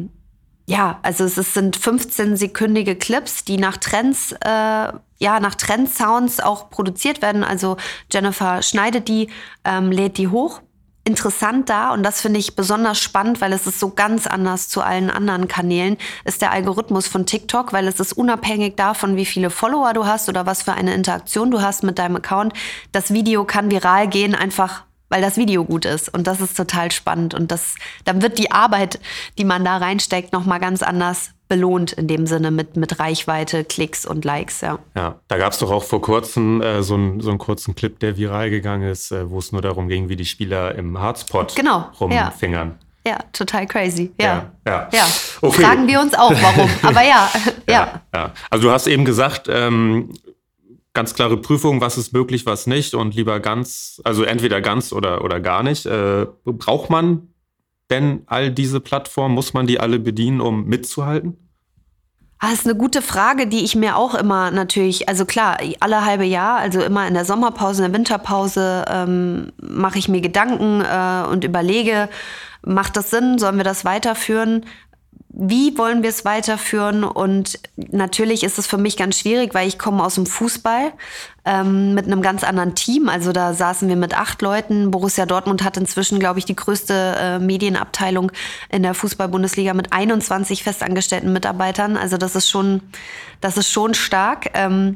also es sind 15-sekündige Clips, die nach Trends, nach Trendsounds auch produziert werden. Also Jennifer schneidet die, lädt die hoch. Interessant da, und das finde ich besonders spannend, weil es ist so ganz anders zu allen anderen Kanälen, ist der Algorithmus von TikTok, weil es ist unabhängig davon, wie viele Follower du hast oder was für eine Interaktion du hast mit deinem Account. Das Video kann viral gehen, einfach weil das Video gut ist, und das ist total spannend, und dann wird die Arbeit, die man da reinsteckt, nochmal ganz anders belohnt, in dem Sinne mit Reichweite, Klicks und Likes, ja. Ja, da gab es doch auch vor kurzem so einen kurzen Clip, der viral gegangen ist, wo es nur darum ging, wie die Spieler im Hardspot rumfingern. Ja, total crazy. Ja. Okay. Fragen wir uns auch, warum. Aber ja. Also du hast eben gesagt, ganz klare Prüfung, was ist möglich, was nicht, und lieber ganz, also entweder ganz oder gar nicht. Braucht man denn all diese Plattformen? Muss man die alle bedienen, um mitzuhalten? Das ist eine gute Frage, die ich mir auch immer natürlich, also klar, alle halbe Jahr, also immer in der Sommerpause, in der Winterpause mache ich mir Gedanken und überlege, macht das Sinn, sollen wir das weiterführen? Wie wollen wir es weiterführen? Und natürlich ist es für mich ganz schwierig, weil ich komme aus dem Fußball mit einem ganz anderen Team. Also da saßen wir mit 8 Leuten. Borussia Dortmund hat inzwischen, glaube ich, die größte Medienabteilung in der Fußball-Bundesliga mit 21 festangestellten Mitarbeitern. Also das ist schon stark.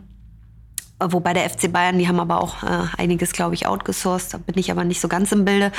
Wobei der FC Bayern, die haben aber auch einiges, glaube ich, outgesourced. Da bin ich aber nicht so ganz im Bilde.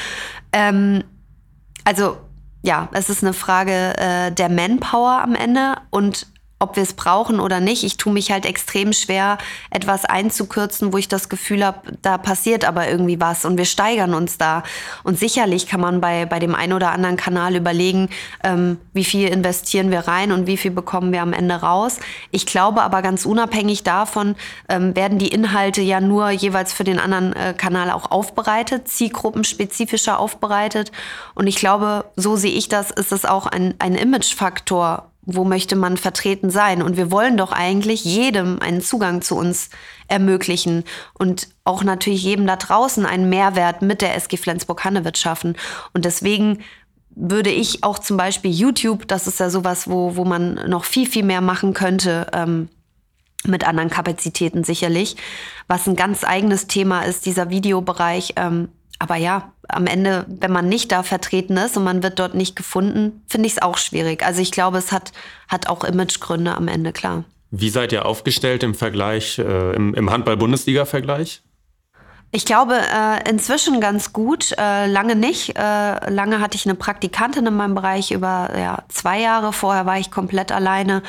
Ja, es ist eine Frage der Manpower am Ende und ob wir es brauchen oder nicht. Ich tue mich halt extrem schwer, etwas einzukürzen, wo ich das Gefühl habe, da passiert aber irgendwie was und wir steigern uns da. Und sicherlich kann man bei dem einen oder anderen Kanal überlegen, wie viel investieren wir rein und wie viel bekommen wir am Ende raus. Ich glaube aber ganz unabhängig davon werden die Inhalte ja nur jeweils für den anderen Kanal auch aufbereitet, zielgruppenspezifischer aufbereitet. Und ich glaube, so sehe ich das, ist es auch ein Imagefaktor. Wo möchte man vertreten sein? Und wir wollen doch eigentlich jedem einen Zugang zu uns ermöglichen und auch natürlich jedem da draußen einen Mehrwert mit der SG Flensburg-Handewitt schaffen. Und deswegen würde ich auch zum Beispiel YouTube, das ist ja sowas, wo man noch viel, viel mehr machen könnte, mit anderen Kapazitäten sicherlich, was ein ganz eigenes Thema ist, dieser Videobereich. Aber ja, am Ende, wenn man nicht da vertreten ist und man wird dort nicht gefunden, finde ich es auch schwierig. Also ich glaube, es hat auch Imagegründe am Ende, klar. Wie seid ihr aufgestellt im Vergleich, im Handball-Bundesliga-Vergleich? Ich glaube, inzwischen ganz gut, lange nicht. Lange hatte ich eine Praktikantin in meinem Bereich über 2 Jahre. Vorher war ich komplett alleine.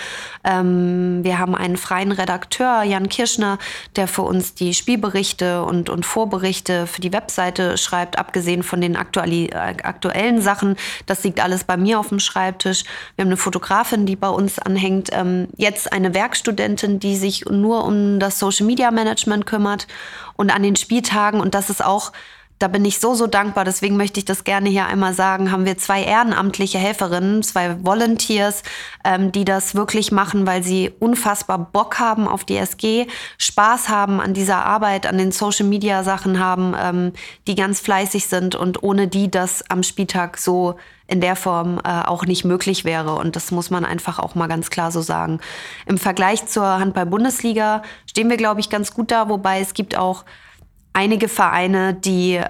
Wir haben einen freien Redakteur, Jan Kirschner, der für uns die Spielberichte und Vorberichte für die Webseite schreibt, abgesehen von den aktuellen Sachen. Das liegt alles bei mir auf dem Schreibtisch. Wir haben eine Fotografin, die bei uns anhängt. Jetzt eine Werkstudentin, die sich nur um das Social-Media-Management kümmert. Und an den Spieltagen, und das ist auch, da bin ich so dankbar, deswegen möchte ich das gerne hier einmal sagen, haben wir 2 ehrenamtliche Helferinnen, 2 Volunteers, die das wirklich machen, weil sie unfassbar Bock haben auf die SG, Spaß haben an dieser Arbeit, an den Social-Media-Sachen haben, die ganz fleißig sind und ohne die das am Spieltag so in der Form auch nicht möglich wäre. Und das muss man einfach auch mal ganz klar so sagen. Im Vergleich zur Handball-Bundesliga stehen wir, glaube ich, ganz gut da, wobei es gibt auch einige Vereine, die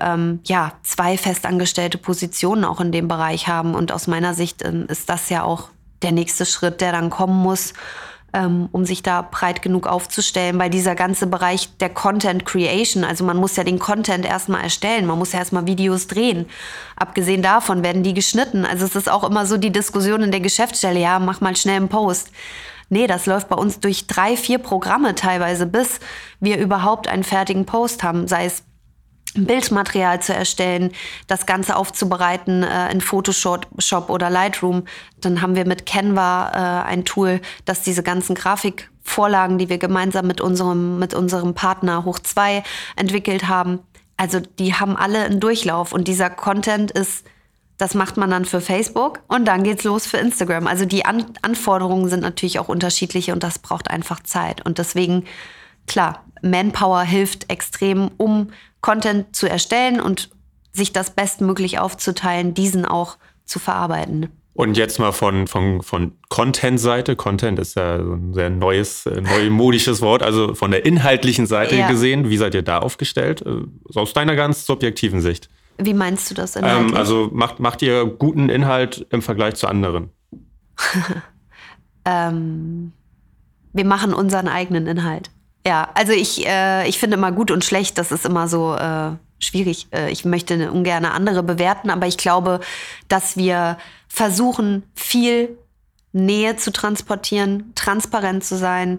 2 festangestellte Positionen auch in dem Bereich haben. Und aus meiner Sicht ist das ja auch der nächste Schritt, der dann kommen muss, um sich da breit genug aufzustellen, weil dieser ganze Bereich der Content Creation, also man muss ja den Content erstmal erstellen, man muss ja erstmal Videos drehen. Abgesehen davon werden die geschnitten. Also es ist auch immer so die Diskussion in der Geschäftsstelle, ja, mach mal schnell einen Post. Nee, das läuft bei uns durch 3, 4 Programme teilweise, bis wir überhaupt einen fertigen Post haben, sei es Bildmaterial zu erstellen, das Ganze aufzubereiten in Photoshop oder Lightroom. Dann haben wir mit Canva ein Tool, das diese ganzen Grafikvorlagen, die wir gemeinsam mit unserem Partner Hoch 2 entwickelt haben. Also die haben alle einen Durchlauf und dieser Content das macht man dann für Facebook und dann geht's los für Instagram. Also die Anforderungen sind natürlich auch unterschiedliche und das braucht einfach Zeit. Und deswegen, klar, Manpower hilft extrem, um Content zu erstellen und sich das bestmöglich aufzuteilen, diesen auch zu verarbeiten. Und jetzt mal von Content-Seite. Content ist ja so ein sehr neumodisches Wort. Also von der inhaltlichen Seite gesehen, wie seid ihr da aufgestellt? So aus deiner ganz subjektiven Sicht. Wie meinst du das inhaltlich? Also macht ihr guten Inhalt im Vergleich zu anderen? Wir machen unseren eigenen Inhalt. Ja, also ich finde immer gut und schlecht, das ist immer so schwierig. Ich möchte ungern andere bewerten, aber ich glaube, dass wir versuchen, viel Nähe zu transportieren, transparent zu sein,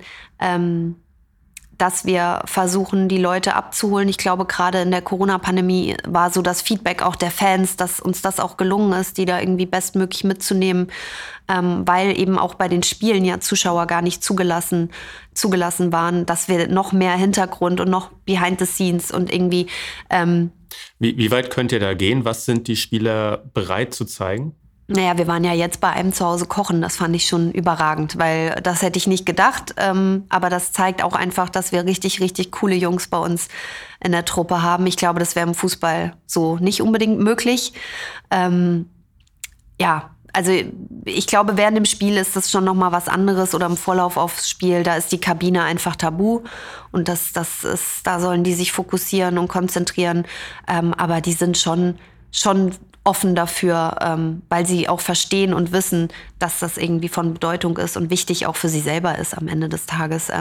dass wir versuchen, die Leute abzuholen. Ich glaube, gerade in der Corona-Pandemie war so das Feedback auch der Fans, dass uns das auch gelungen ist, die da irgendwie bestmöglich mitzunehmen, weil eben auch bei den Spielen ja Zuschauer gar nicht zugelassen waren, dass wir noch mehr Hintergrund und noch behind the scenes und irgendwie... Wie weit könnt ihr da gehen? Was sind die Spieler bereit zu zeigen? Naja, wir waren ja jetzt bei einem zu Hause kochen. Das fand ich schon überragend, weil das hätte ich nicht gedacht. Aber das zeigt auch einfach, dass wir richtig, richtig coole Jungs bei uns in der Truppe haben. Ich glaube, das wäre im Fußball so nicht unbedingt möglich. Also ich glaube, während dem Spiel ist das schon noch mal was anderes oder im Vorlauf aufs Spiel, da ist die Kabine einfach tabu und da sollen die sich fokussieren und konzentrieren. Aber die sind schon offen dafür, weil sie auch verstehen und wissen, dass das irgendwie von Bedeutung ist und wichtig auch für sie selber ist am Ende des Tages.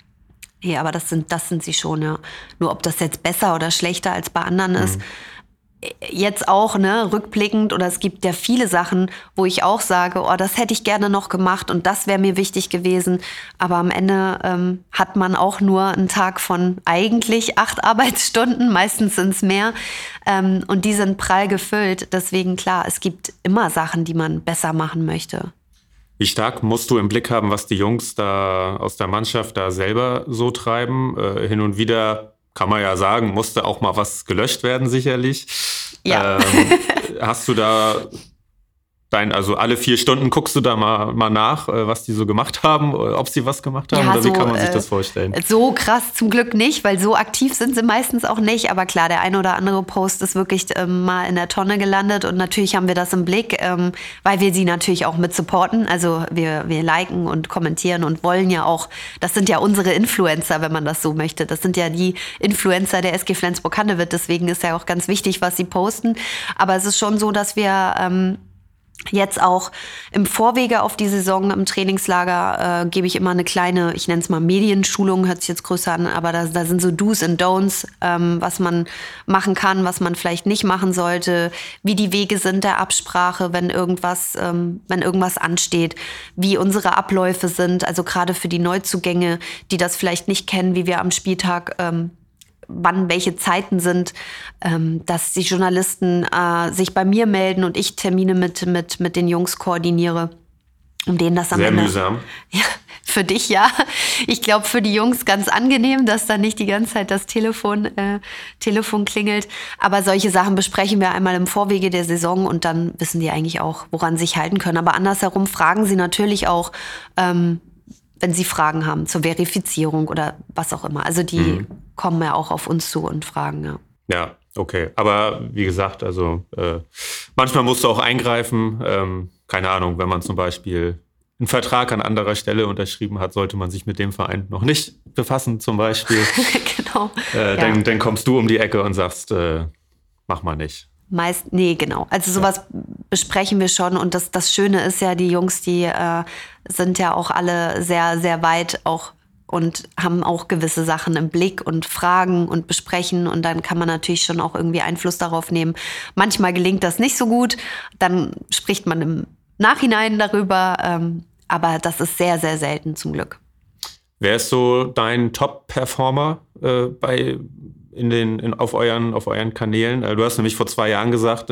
Ja, aber das sind sie schon, ja. Nur ob das jetzt besser oder schlechter als bei anderen ist, jetzt auch, ne, rückblickend, oder es gibt ja viele Sachen, wo ich auch sage, oh, das hätte ich gerne noch gemacht und das wäre mir wichtig gewesen. Aber am Ende hat man auch nur einen Tag von eigentlich 8 Arbeitsstunden, meistens sind es mehr. Und die sind prall gefüllt. Deswegen, klar, es gibt immer Sachen, die man besser machen möchte. Wie stark musst du im Blick haben, was die Jungs da aus der Mannschaft da selber so treiben? Hin und wieder, kann man ja sagen, musste auch mal was gelöscht werden, sicherlich. Ja. Hast du da also alle 4 Stunden guckst du da mal nach, was die so gemacht haben, ob sie was gemacht haben, ja, oder so, wie kann man sich das vorstellen? So krass zum Glück nicht, weil so aktiv sind sie meistens auch nicht. Aber klar, der eine oder andere Post ist wirklich mal in der Tonne gelandet und natürlich haben wir das im Blick, weil wir sie natürlich auch mit supporten. Also wir liken und kommentieren und wollen ja auch, das sind ja unsere Influencer, wenn man das so möchte. Das sind ja die Influencer der SG Flensburg-Handewitt, deswegen ist ja auch ganz wichtig, was sie posten. Aber es ist schon so, dass wir jetzt auch im Vorwege auf die Saison im Trainingslager gebe ich immer eine kleine, ich nenne es mal Medienschulung, hört sich jetzt größer an, aber da sind so Do's and Don'ts, was man machen kann, was man vielleicht nicht machen sollte, wie die Wege sind der Absprache, wenn irgendwas ansteht, wie unsere Abläufe sind, also gerade für die Neuzugänge, die das vielleicht nicht kennen, wie wir am Spieltag wann welche Zeiten sind, dass die Journalisten sich bei mir melden und ich Termine mit den Jungs koordiniere, um denen das am Ende... Sehr mühsam. Ja, für dich ja. Ich glaube, für die Jungs ganz angenehm, dass da nicht die ganze Zeit das Telefon klingelt. Aber solche Sachen besprechen wir einmal im Vorwege der Saison und dann wissen die eigentlich auch, woran sie sich halten können. Aber andersherum fragen sie natürlich auch, wenn sie Fragen haben zur Verifizierung oder was auch immer. Also die kommen ja auch auf uns zu und fragen, ja. Ja, okay. Aber wie gesagt, also manchmal musst du auch eingreifen. Keine Ahnung, wenn man zum Beispiel einen Vertrag an anderer Stelle unterschrieben hat, sollte man sich mit dem Verein noch nicht befassen zum Beispiel. Genau. Dann kommst du um die Ecke und sagst, mach mal nicht. Nee, genau. Also sowas besprechen wir schon und das Schöne ist ja, die Jungs, die sind ja auch alle sehr, sehr weit auch und haben auch gewisse Sachen im Blick und fragen und besprechen und dann kann man natürlich schon auch irgendwie Einfluss darauf nehmen. Manchmal gelingt das nicht so gut, dann spricht man im Nachhinein darüber, aber das ist sehr, sehr selten zum Glück. Wer ist so dein Top-Performer auf euren Kanälen? Du hast nämlich vor 2 Jahren gesagt,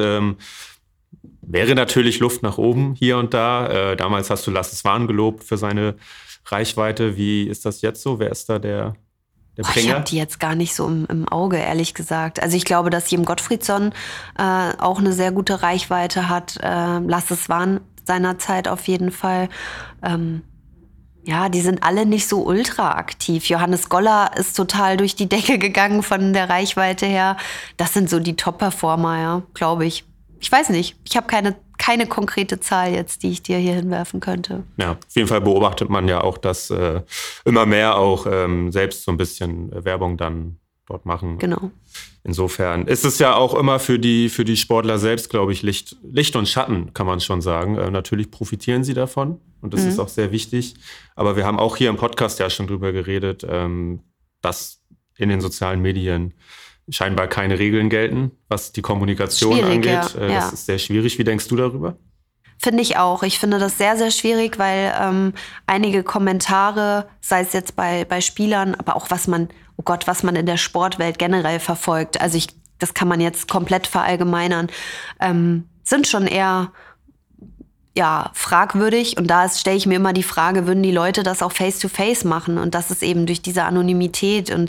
wäre natürlich Luft nach oben hier und da. Damals hast du Lasse Swan gelobt für seine Reichweite. Wie ist das jetzt so? Wer ist da der Bringer? Ich habe die jetzt gar nicht so im Auge, ehrlich gesagt. Also ich glaube, dass Jim Gottfriedson auch eine sehr gute Reichweite hat. Lasse Swan seinerzeit auf jeden Fall. Ja, die sind alle nicht so ultra aktiv. Johannes Goller ist total durch die Decke gegangen von der Reichweite her. Das sind so die Top-Performer, ja, glaube ich. Ich weiß nicht. Ich habe keine konkrete Zahl jetzt, die ich dir hier hinwerfen könnte. Ja, auf jeden Fall beobachtet man ja auch, dass immer mehr auch selbst so ein bisschen Werbung dann dort machen. Genau. Insofern ist es ja auch immer für die Sportler selbst, glaube ich, Licht und Schatten, kann man schon sagen. Natürlich profitieren sie davon und das ist auch sehr wichtig. Aber wir haben auch hier im Podcast ja schon drüber geredet, dass in den sozialen Medien scheinbar keine Regeln gelten, was die Kommunikation angeht. Ja. Das ist sehr schwierig. Wie denkst du darüber? Finde ich auch. Ich finde das sehr, sehr schwierig, weil einige Kommentare, sei es jetzt bei Spielern, aber auch was man in der Sportwelt generell verfolgt, also das kann man jetzt komplett verallgemeinern, sind schon eher fragwürdig. Und da stelle ich mir immer die Frage, würden die Leute das auch face-to-face machen? Und das ist eben durch diese Anonymität und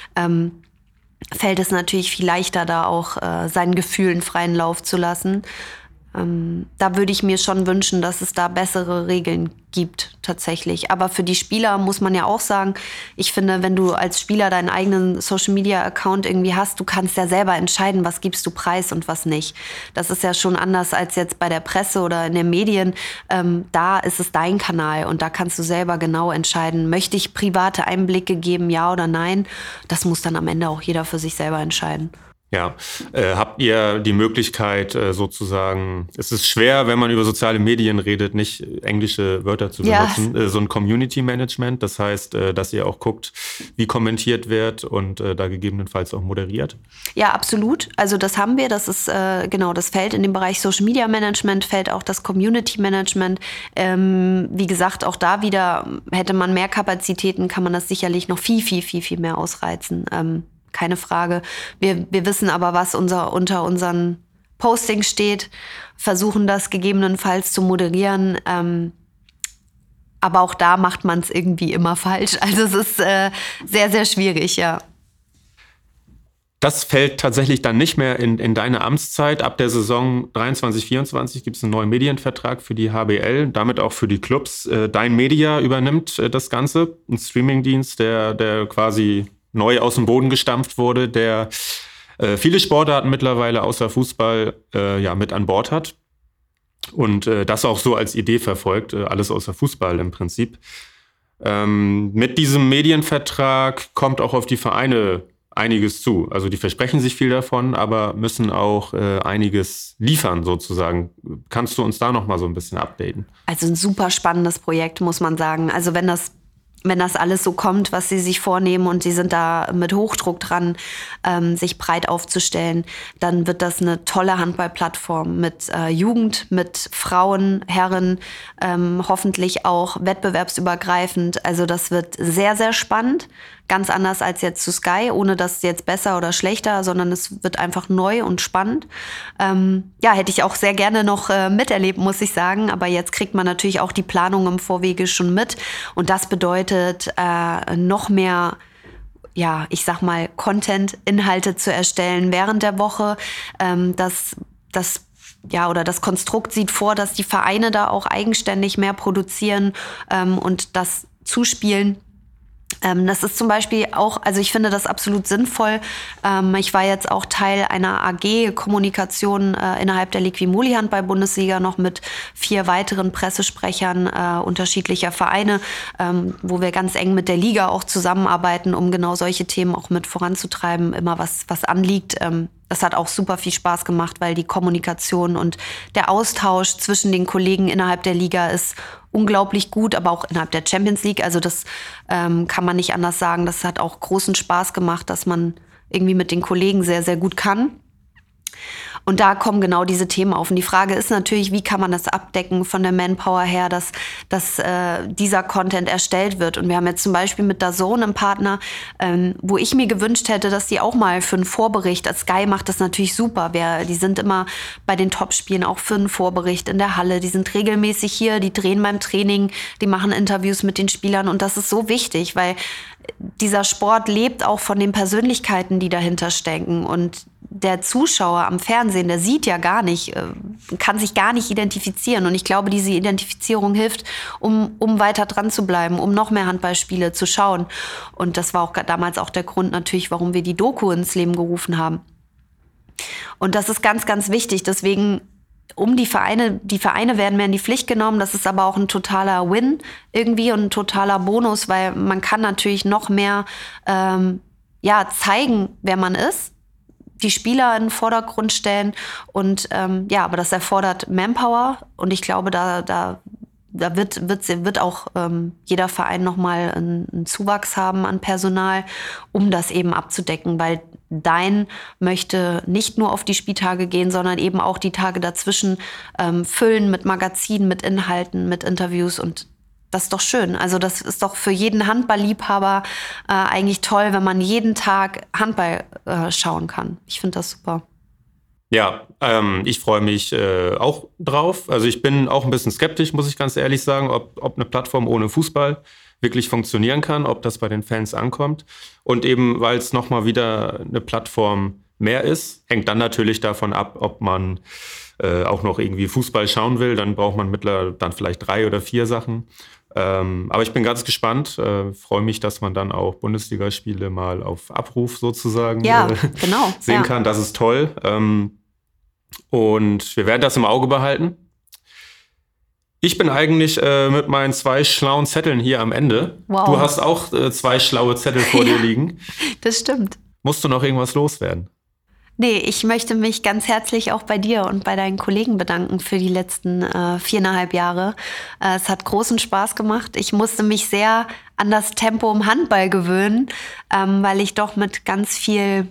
fällt es natürlich viel leichter, da auch seinen Gefühlen freien Lauf zu lassen. Da würde ich mir schon wünschen, dass es da bessere Regeln gibt, tatsächlich. Aber für die Spieler muss man ja auch sagen, ich finde, wenn du als Spieler deinen eigenen Social-Media-Account irgendwie hast, du kannst ja selber entscheiden, was gibst du preis und was nicht. Das ist ja schon anders als jetzt bei der Presse oder in den Medien. Da ist es dein Kanal und da kannst du selber genau entscheiden, möchte ich private Einblicke geben, ja oder nein. Das muss dann am Ende auch jeder für sich selber entscheiden. Ja, habt ihr die Möglichkeit sozusagen, es ist schwer, wenn man über soziale Medien redet, nicht englische Wörter zu benutzen, so ein Community Management, das heißt, dass ihr auch guckt, wie kommentiert wird und da gegebenenfalls auch moderiert? Ja, absolut. Also das haben wir, das ist genau, das fällt in den Bereich Social Media Management, fällt auch das Community Management. Wie gesagt, auch da wieder, hätte man mehr Kapazitäten, kann man das sicherlich noch viel mehr ausreizen. Keine Frage. Wir wissen aber, was unter unseren Postings steht, versuchen das gegebenenfalls zu moderieren. Aber auch da macht man es irgendwie immer falsch. Also es ist sehr, sehr schwierig, ja. Das fällt tatsächlich dann nicht mehr in deine Amtszeit. Ab der Saison 23/24 gibt es einen neuen Medienvertrag für die HBL, damit auch für die Clubs. Dein Media übernimmt das Ganze, ein Streamingdienst, der quasi neu aus dem Boden gestampft wurde, der viele Sportarten mittlerweile außer Fußball mit an Bord hat und das auch so als Idee verfolgt, alles außer Fußball im Prinzip. Mit diesem Medienvertrag kommt auch auf die Vereine einiges zu. Also die versprechen sich viel davon, aber müssen auch einiges liefern sozusagen. Kannst du uns da noch mal so ein bisschen updaten? Also ein super spannendes Projekt, muss man sagen. Also wenn das alles so kommt, was sie sich vornehmen und sie sind da mit Hochdruck dran, sich breit aufzustellen, dann wird das eine tolle Handballplattform mit Jugend, mit Frauen, Herren, hoffentlich auch wettbewerbsübergreifend. Also das wird sehr, sehr spannend. Ganz anders als jetzt zu Sky, ohne das jetzt besser oder schlechter, sondern es wird einfach neu und spannend. Hätte ich auch sehr gerne noch miterlebt, muss ich sagen. Aber jetzt kriegt man natürlich auch die Planung im Vorwege schon mit. Und das bedeutet noch mehr, ja, ich sag mal, Content, Inhalte zu erstellen während der Woche. Das Konstrukt sieht vor, dass die Vereine da auch eigenständig mehr produzieren und das zuspielen. Das ist zum Beispiel auch, also ich finde das absolut sinnvoll. Ich war jetzt auch Teil einer AG-Kommunikation innerhalb der Liqui-Moly Handball-Bundesliga noch mit 4 weiteren Pressesprechern unterschiedlicher Vereine, wo wir ganz eng mit der Liga auch zusammenarbeiten, um genau solche Themen auch mit voranzutreiben, immer was anliegt. Das hat auch super viel Spaß gemacht, weil die Kommunikation und der Austausch zwischen den Kollegen innerhalb der Liga ist unglaublich gut, aber auch innerhalb der Champions League. Also das kann man nicht anders sagen. Das hat auch großen Spaß gemacht, dass man irgendwie mit den Kollegen sehr, sehr gut kann. Und da kommen genau diese Themen auf. Und die Frage ist natürlich, wie kann man das abdecken von der Manpower her, dass dieser Content erstellt wird. Und wir haben jetzt zum Beispiel mit DAZN einen Partner, wo ich mir gewünscht hätte, dass die auch mal für einen Vorbericht, Sky macht das natürlich super. Die sind immer bei den Topspielen auch für einen Vorbericht in der Halle. Die sind regelmäßig hier, die drehen beim Training, die machen Interviews mit den Spielern. Und das ist so wichtig, weil dieser Sport lebt auch von den Persönlichkeiten, die dahinter stecken. Und der Zuschauer am Fernsehen, der sieht ja gar nicht, kann sich gar nicht identifizieren. Und ich glaube, diese Identifizierung hilft, um weiter dran zu bleiben, um noch mehr Handballspiele zu schauen. Und das war auch damals auch der Grund natürlich, warum wir die Doku ins Leben gerufen haben. Und das ist ganz, ganz wichtig. Deswegen die Vereine werden mehr in die Pflicht genommen. Das ist aber auch ein totaler Win irgendwie und ein totaler Bonus, weil man kann natürlich noch mehr zeigen, wer man ist, die Spieler in den Vordergrund stellen und aber das erfordert Manpower und ich glaube, da wird auch jeder Verein nochmal einen Zuwachs haben an Personal, um das eben abzudecken, weil Dein möchte nicht nur auf die Spieltage gehen, sondern eben auch die Tage dazwischen füllen mit Magazinen, mit Inhalten, mit Interviews und das ist doch schön. Also das ist doch für jeden Handballliebhaber eigentlich toll, wenn man jeden Tag Handball schauen kann. Ich finde das super. Ja, ich freue mich auch drauf. Also ich bin auch ein bisschen skeptisch, muss ich ganz ehrlich sagen, ob eine Plattform ohne Fußball wirklich funktionieren kann, ob das bei den Fans ankommt. Und eben, weil es nochmal wieder eine Plattform mehr ist, hängt dann natürlich davon ab, ob man auch noch irgendwie Fußball schauen will. Dann braucht man dann vielleicht 3 oder 4 Sachen. Aber ich bin ganz gespannt, freue mich, dass man dann auch Bundesligaspiele mal auf Abruf sozusagen sehen kann. Das ist toll. Und wir werden das im Auge behalten. Ich bin eigentlich mit meinen 2 schlauen Zetteln hier am Ende. Wow. Du hast auch 2 schlaue Zettel vor dir liegen. Das stimmt. Musst du noch irgendwas loswerden? Nee, ich möchte mich ganz herzlich auch bei dir und bei deinen Kollegen bedanken für die letzten 4,5 Jahre. Es hat großen Spaß gemacht. Ich musste mich sehr an das Tempo im Handball gewöhnen, weil ich doch mit ganz viel,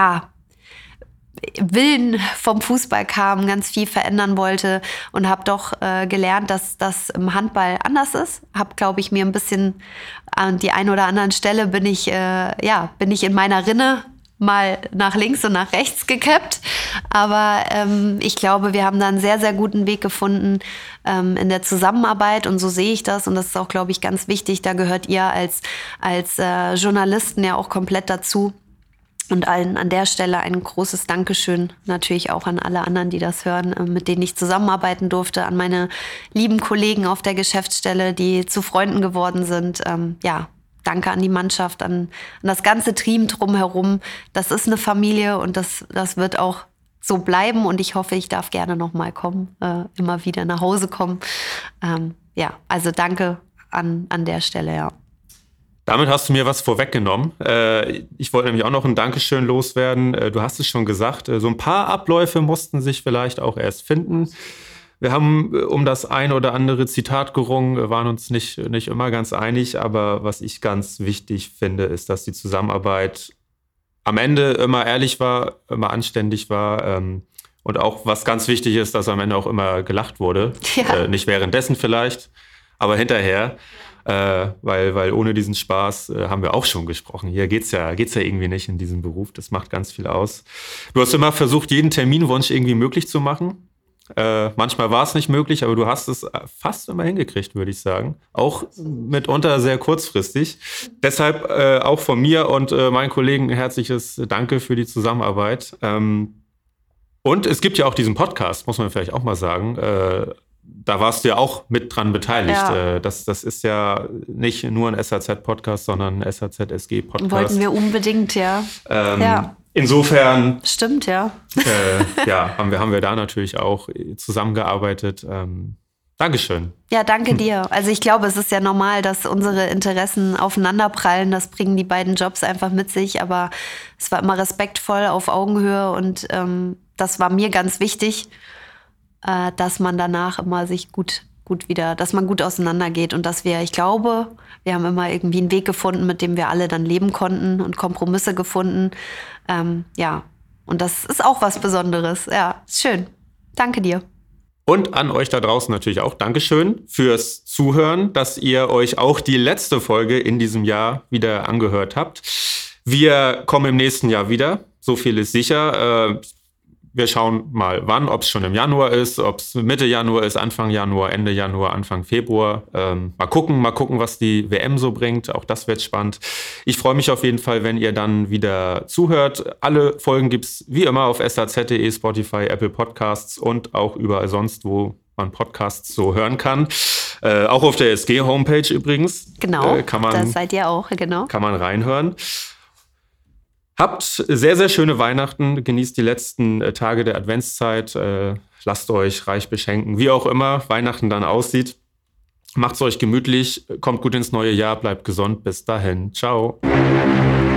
Willen vom Fußball kam, ganz viel verändern wollte und habe doch gelernt, dass das im Handball anders ist. Habe, glaube ich, mir ein bisschen an die ein oder anderen Stelle bin ich in meiner Rinne mal nach links und nach rechts gekappt. Aber ich glaube, wir haben da einen sehr, sehr guten Weg gefunden in der Zusammenarbeit. Und so sehe ich das. Und das ist auch, glaube ich, ganz wichtig. Da gehört ihr als Journalisten ja auch komplett dazu. Und allen an der Stelle ein großes Dankeschön natürlich auch an alle anderen, die das hören, mit denen ich zusammenarbeiten durfte, an meine lieben Kollegen auf der Geschäftsstelle, die zu Freunden geworden sind. Danke an die Mannschaft, an das ganze Team drumherum. Das ist eine Familie und das wird auch so bleiben. Und ich hoffe, ich darf gerne noch mal kommen, immer wieder nach Hause kommen. Also danke an der Stelle, ja. Damit hast du mir was vorweggenommen. Ich wollte nämlich auch noch ein Dankeschön loswerden. Du hast es schon gesagt, so ein paar Abläufe mussten sich vielleicht auch erst finden. Wir haben um das ein oder andere Zitat gerungen, waren uns nicht immer ganz einig. Aber was ich ganz wichtig finde, ist, dass die Zusammenarbeit am Ende immer ehrlich war, immer anständig war. Und auch was ganz wichtig ist, dass am Ende auch immer gelacht wurde. Ja. Nicht währenddessen vielleicht, aber hinterher. Weil ohne diesen Spaß haben wir auch schon gesprochen. Hier geht's ja irgendwie nicht in diesem Beruf. Das macht ganz viel aus. Du hast immer versucht, jeden Terminwunsch irgendwie möglich zu machen. Manchmal war es nicht möglich, aber du hast es fast immer hingekriegt, würde ich sagen. Auch mitunter sehr kurzfristig. Deshalb auch von mir und meinen Kollegen ein herzliches Danke für die Zusammenarbeit. Und es gibt ja auch diesen Podcast, muss man vielleicht auch mal sagen. Da warst du ja auch mit dran beteiligt. Ja. Das ist ja nicht nur ein SAZ-Podcast, sondern ein SAZ-SG-Podcast. Wollten wir unbedingt, ja. Insofern. Stimmt, ja. Haben wir da natürlich auch zusammengearbeitet. Dankeschön. Ja, danke dir. Also ich glaube, es ist ja normal, dass unsere Interessen aufeinanderprallen. Das bringen die beiden Jobs einfach mit sich. Aber es war immer respektvoll, auf Augenhöhe. Und das war mir ganz wichtig, dass man danach immer sich gut wieder, dass man gut auseinandergeht und dass ich glaube, wir haben immer irgendwie einen Weg gefunden, mit dem wir alle dann leben konnten und Kompromisse gefunden. Und das ist auch was Besonderes. Ja, schön. Danke dir. Und an euch da draußen natürlich auch Dankeschön fürs Zuhören, dass ihr euch auch die letzte Folge in diesem Jahr wieder angehört habt. Wir kommen im nächsten Jahr wieder. So viel ist sicher. Wir schauen mal wann, ob es schon im Januar ist, ob es Mitte Januar ist, Anfang Januar, Ende Januar, Anfang Februar. Mal gucken, was die WM so bringt. Auch das wird spannend. Ich freue mich auf jeden Fall, wenn ihr dann wieder zuhört. Alle Folgen gibt's wie immer auf saz.de, Spotify, Apple Podcasts und auch überall sonst, wo man Podcasts so hören kann. Auch auf der SG-Homepage übrigens. Genau, das seid ihr auch, genau. Kann man reinhören. Habt sehr, sehr schöne Weihnachten. Genießt die letzten Tage der Adventszeit. Lasst euch reich beschenken. Wie auch immer Weihnachten dann aussieht. Macht's euch gemütlich. Kommt gut ins neue Jahr. Bleibt gesund. Bis dahin. Ciao.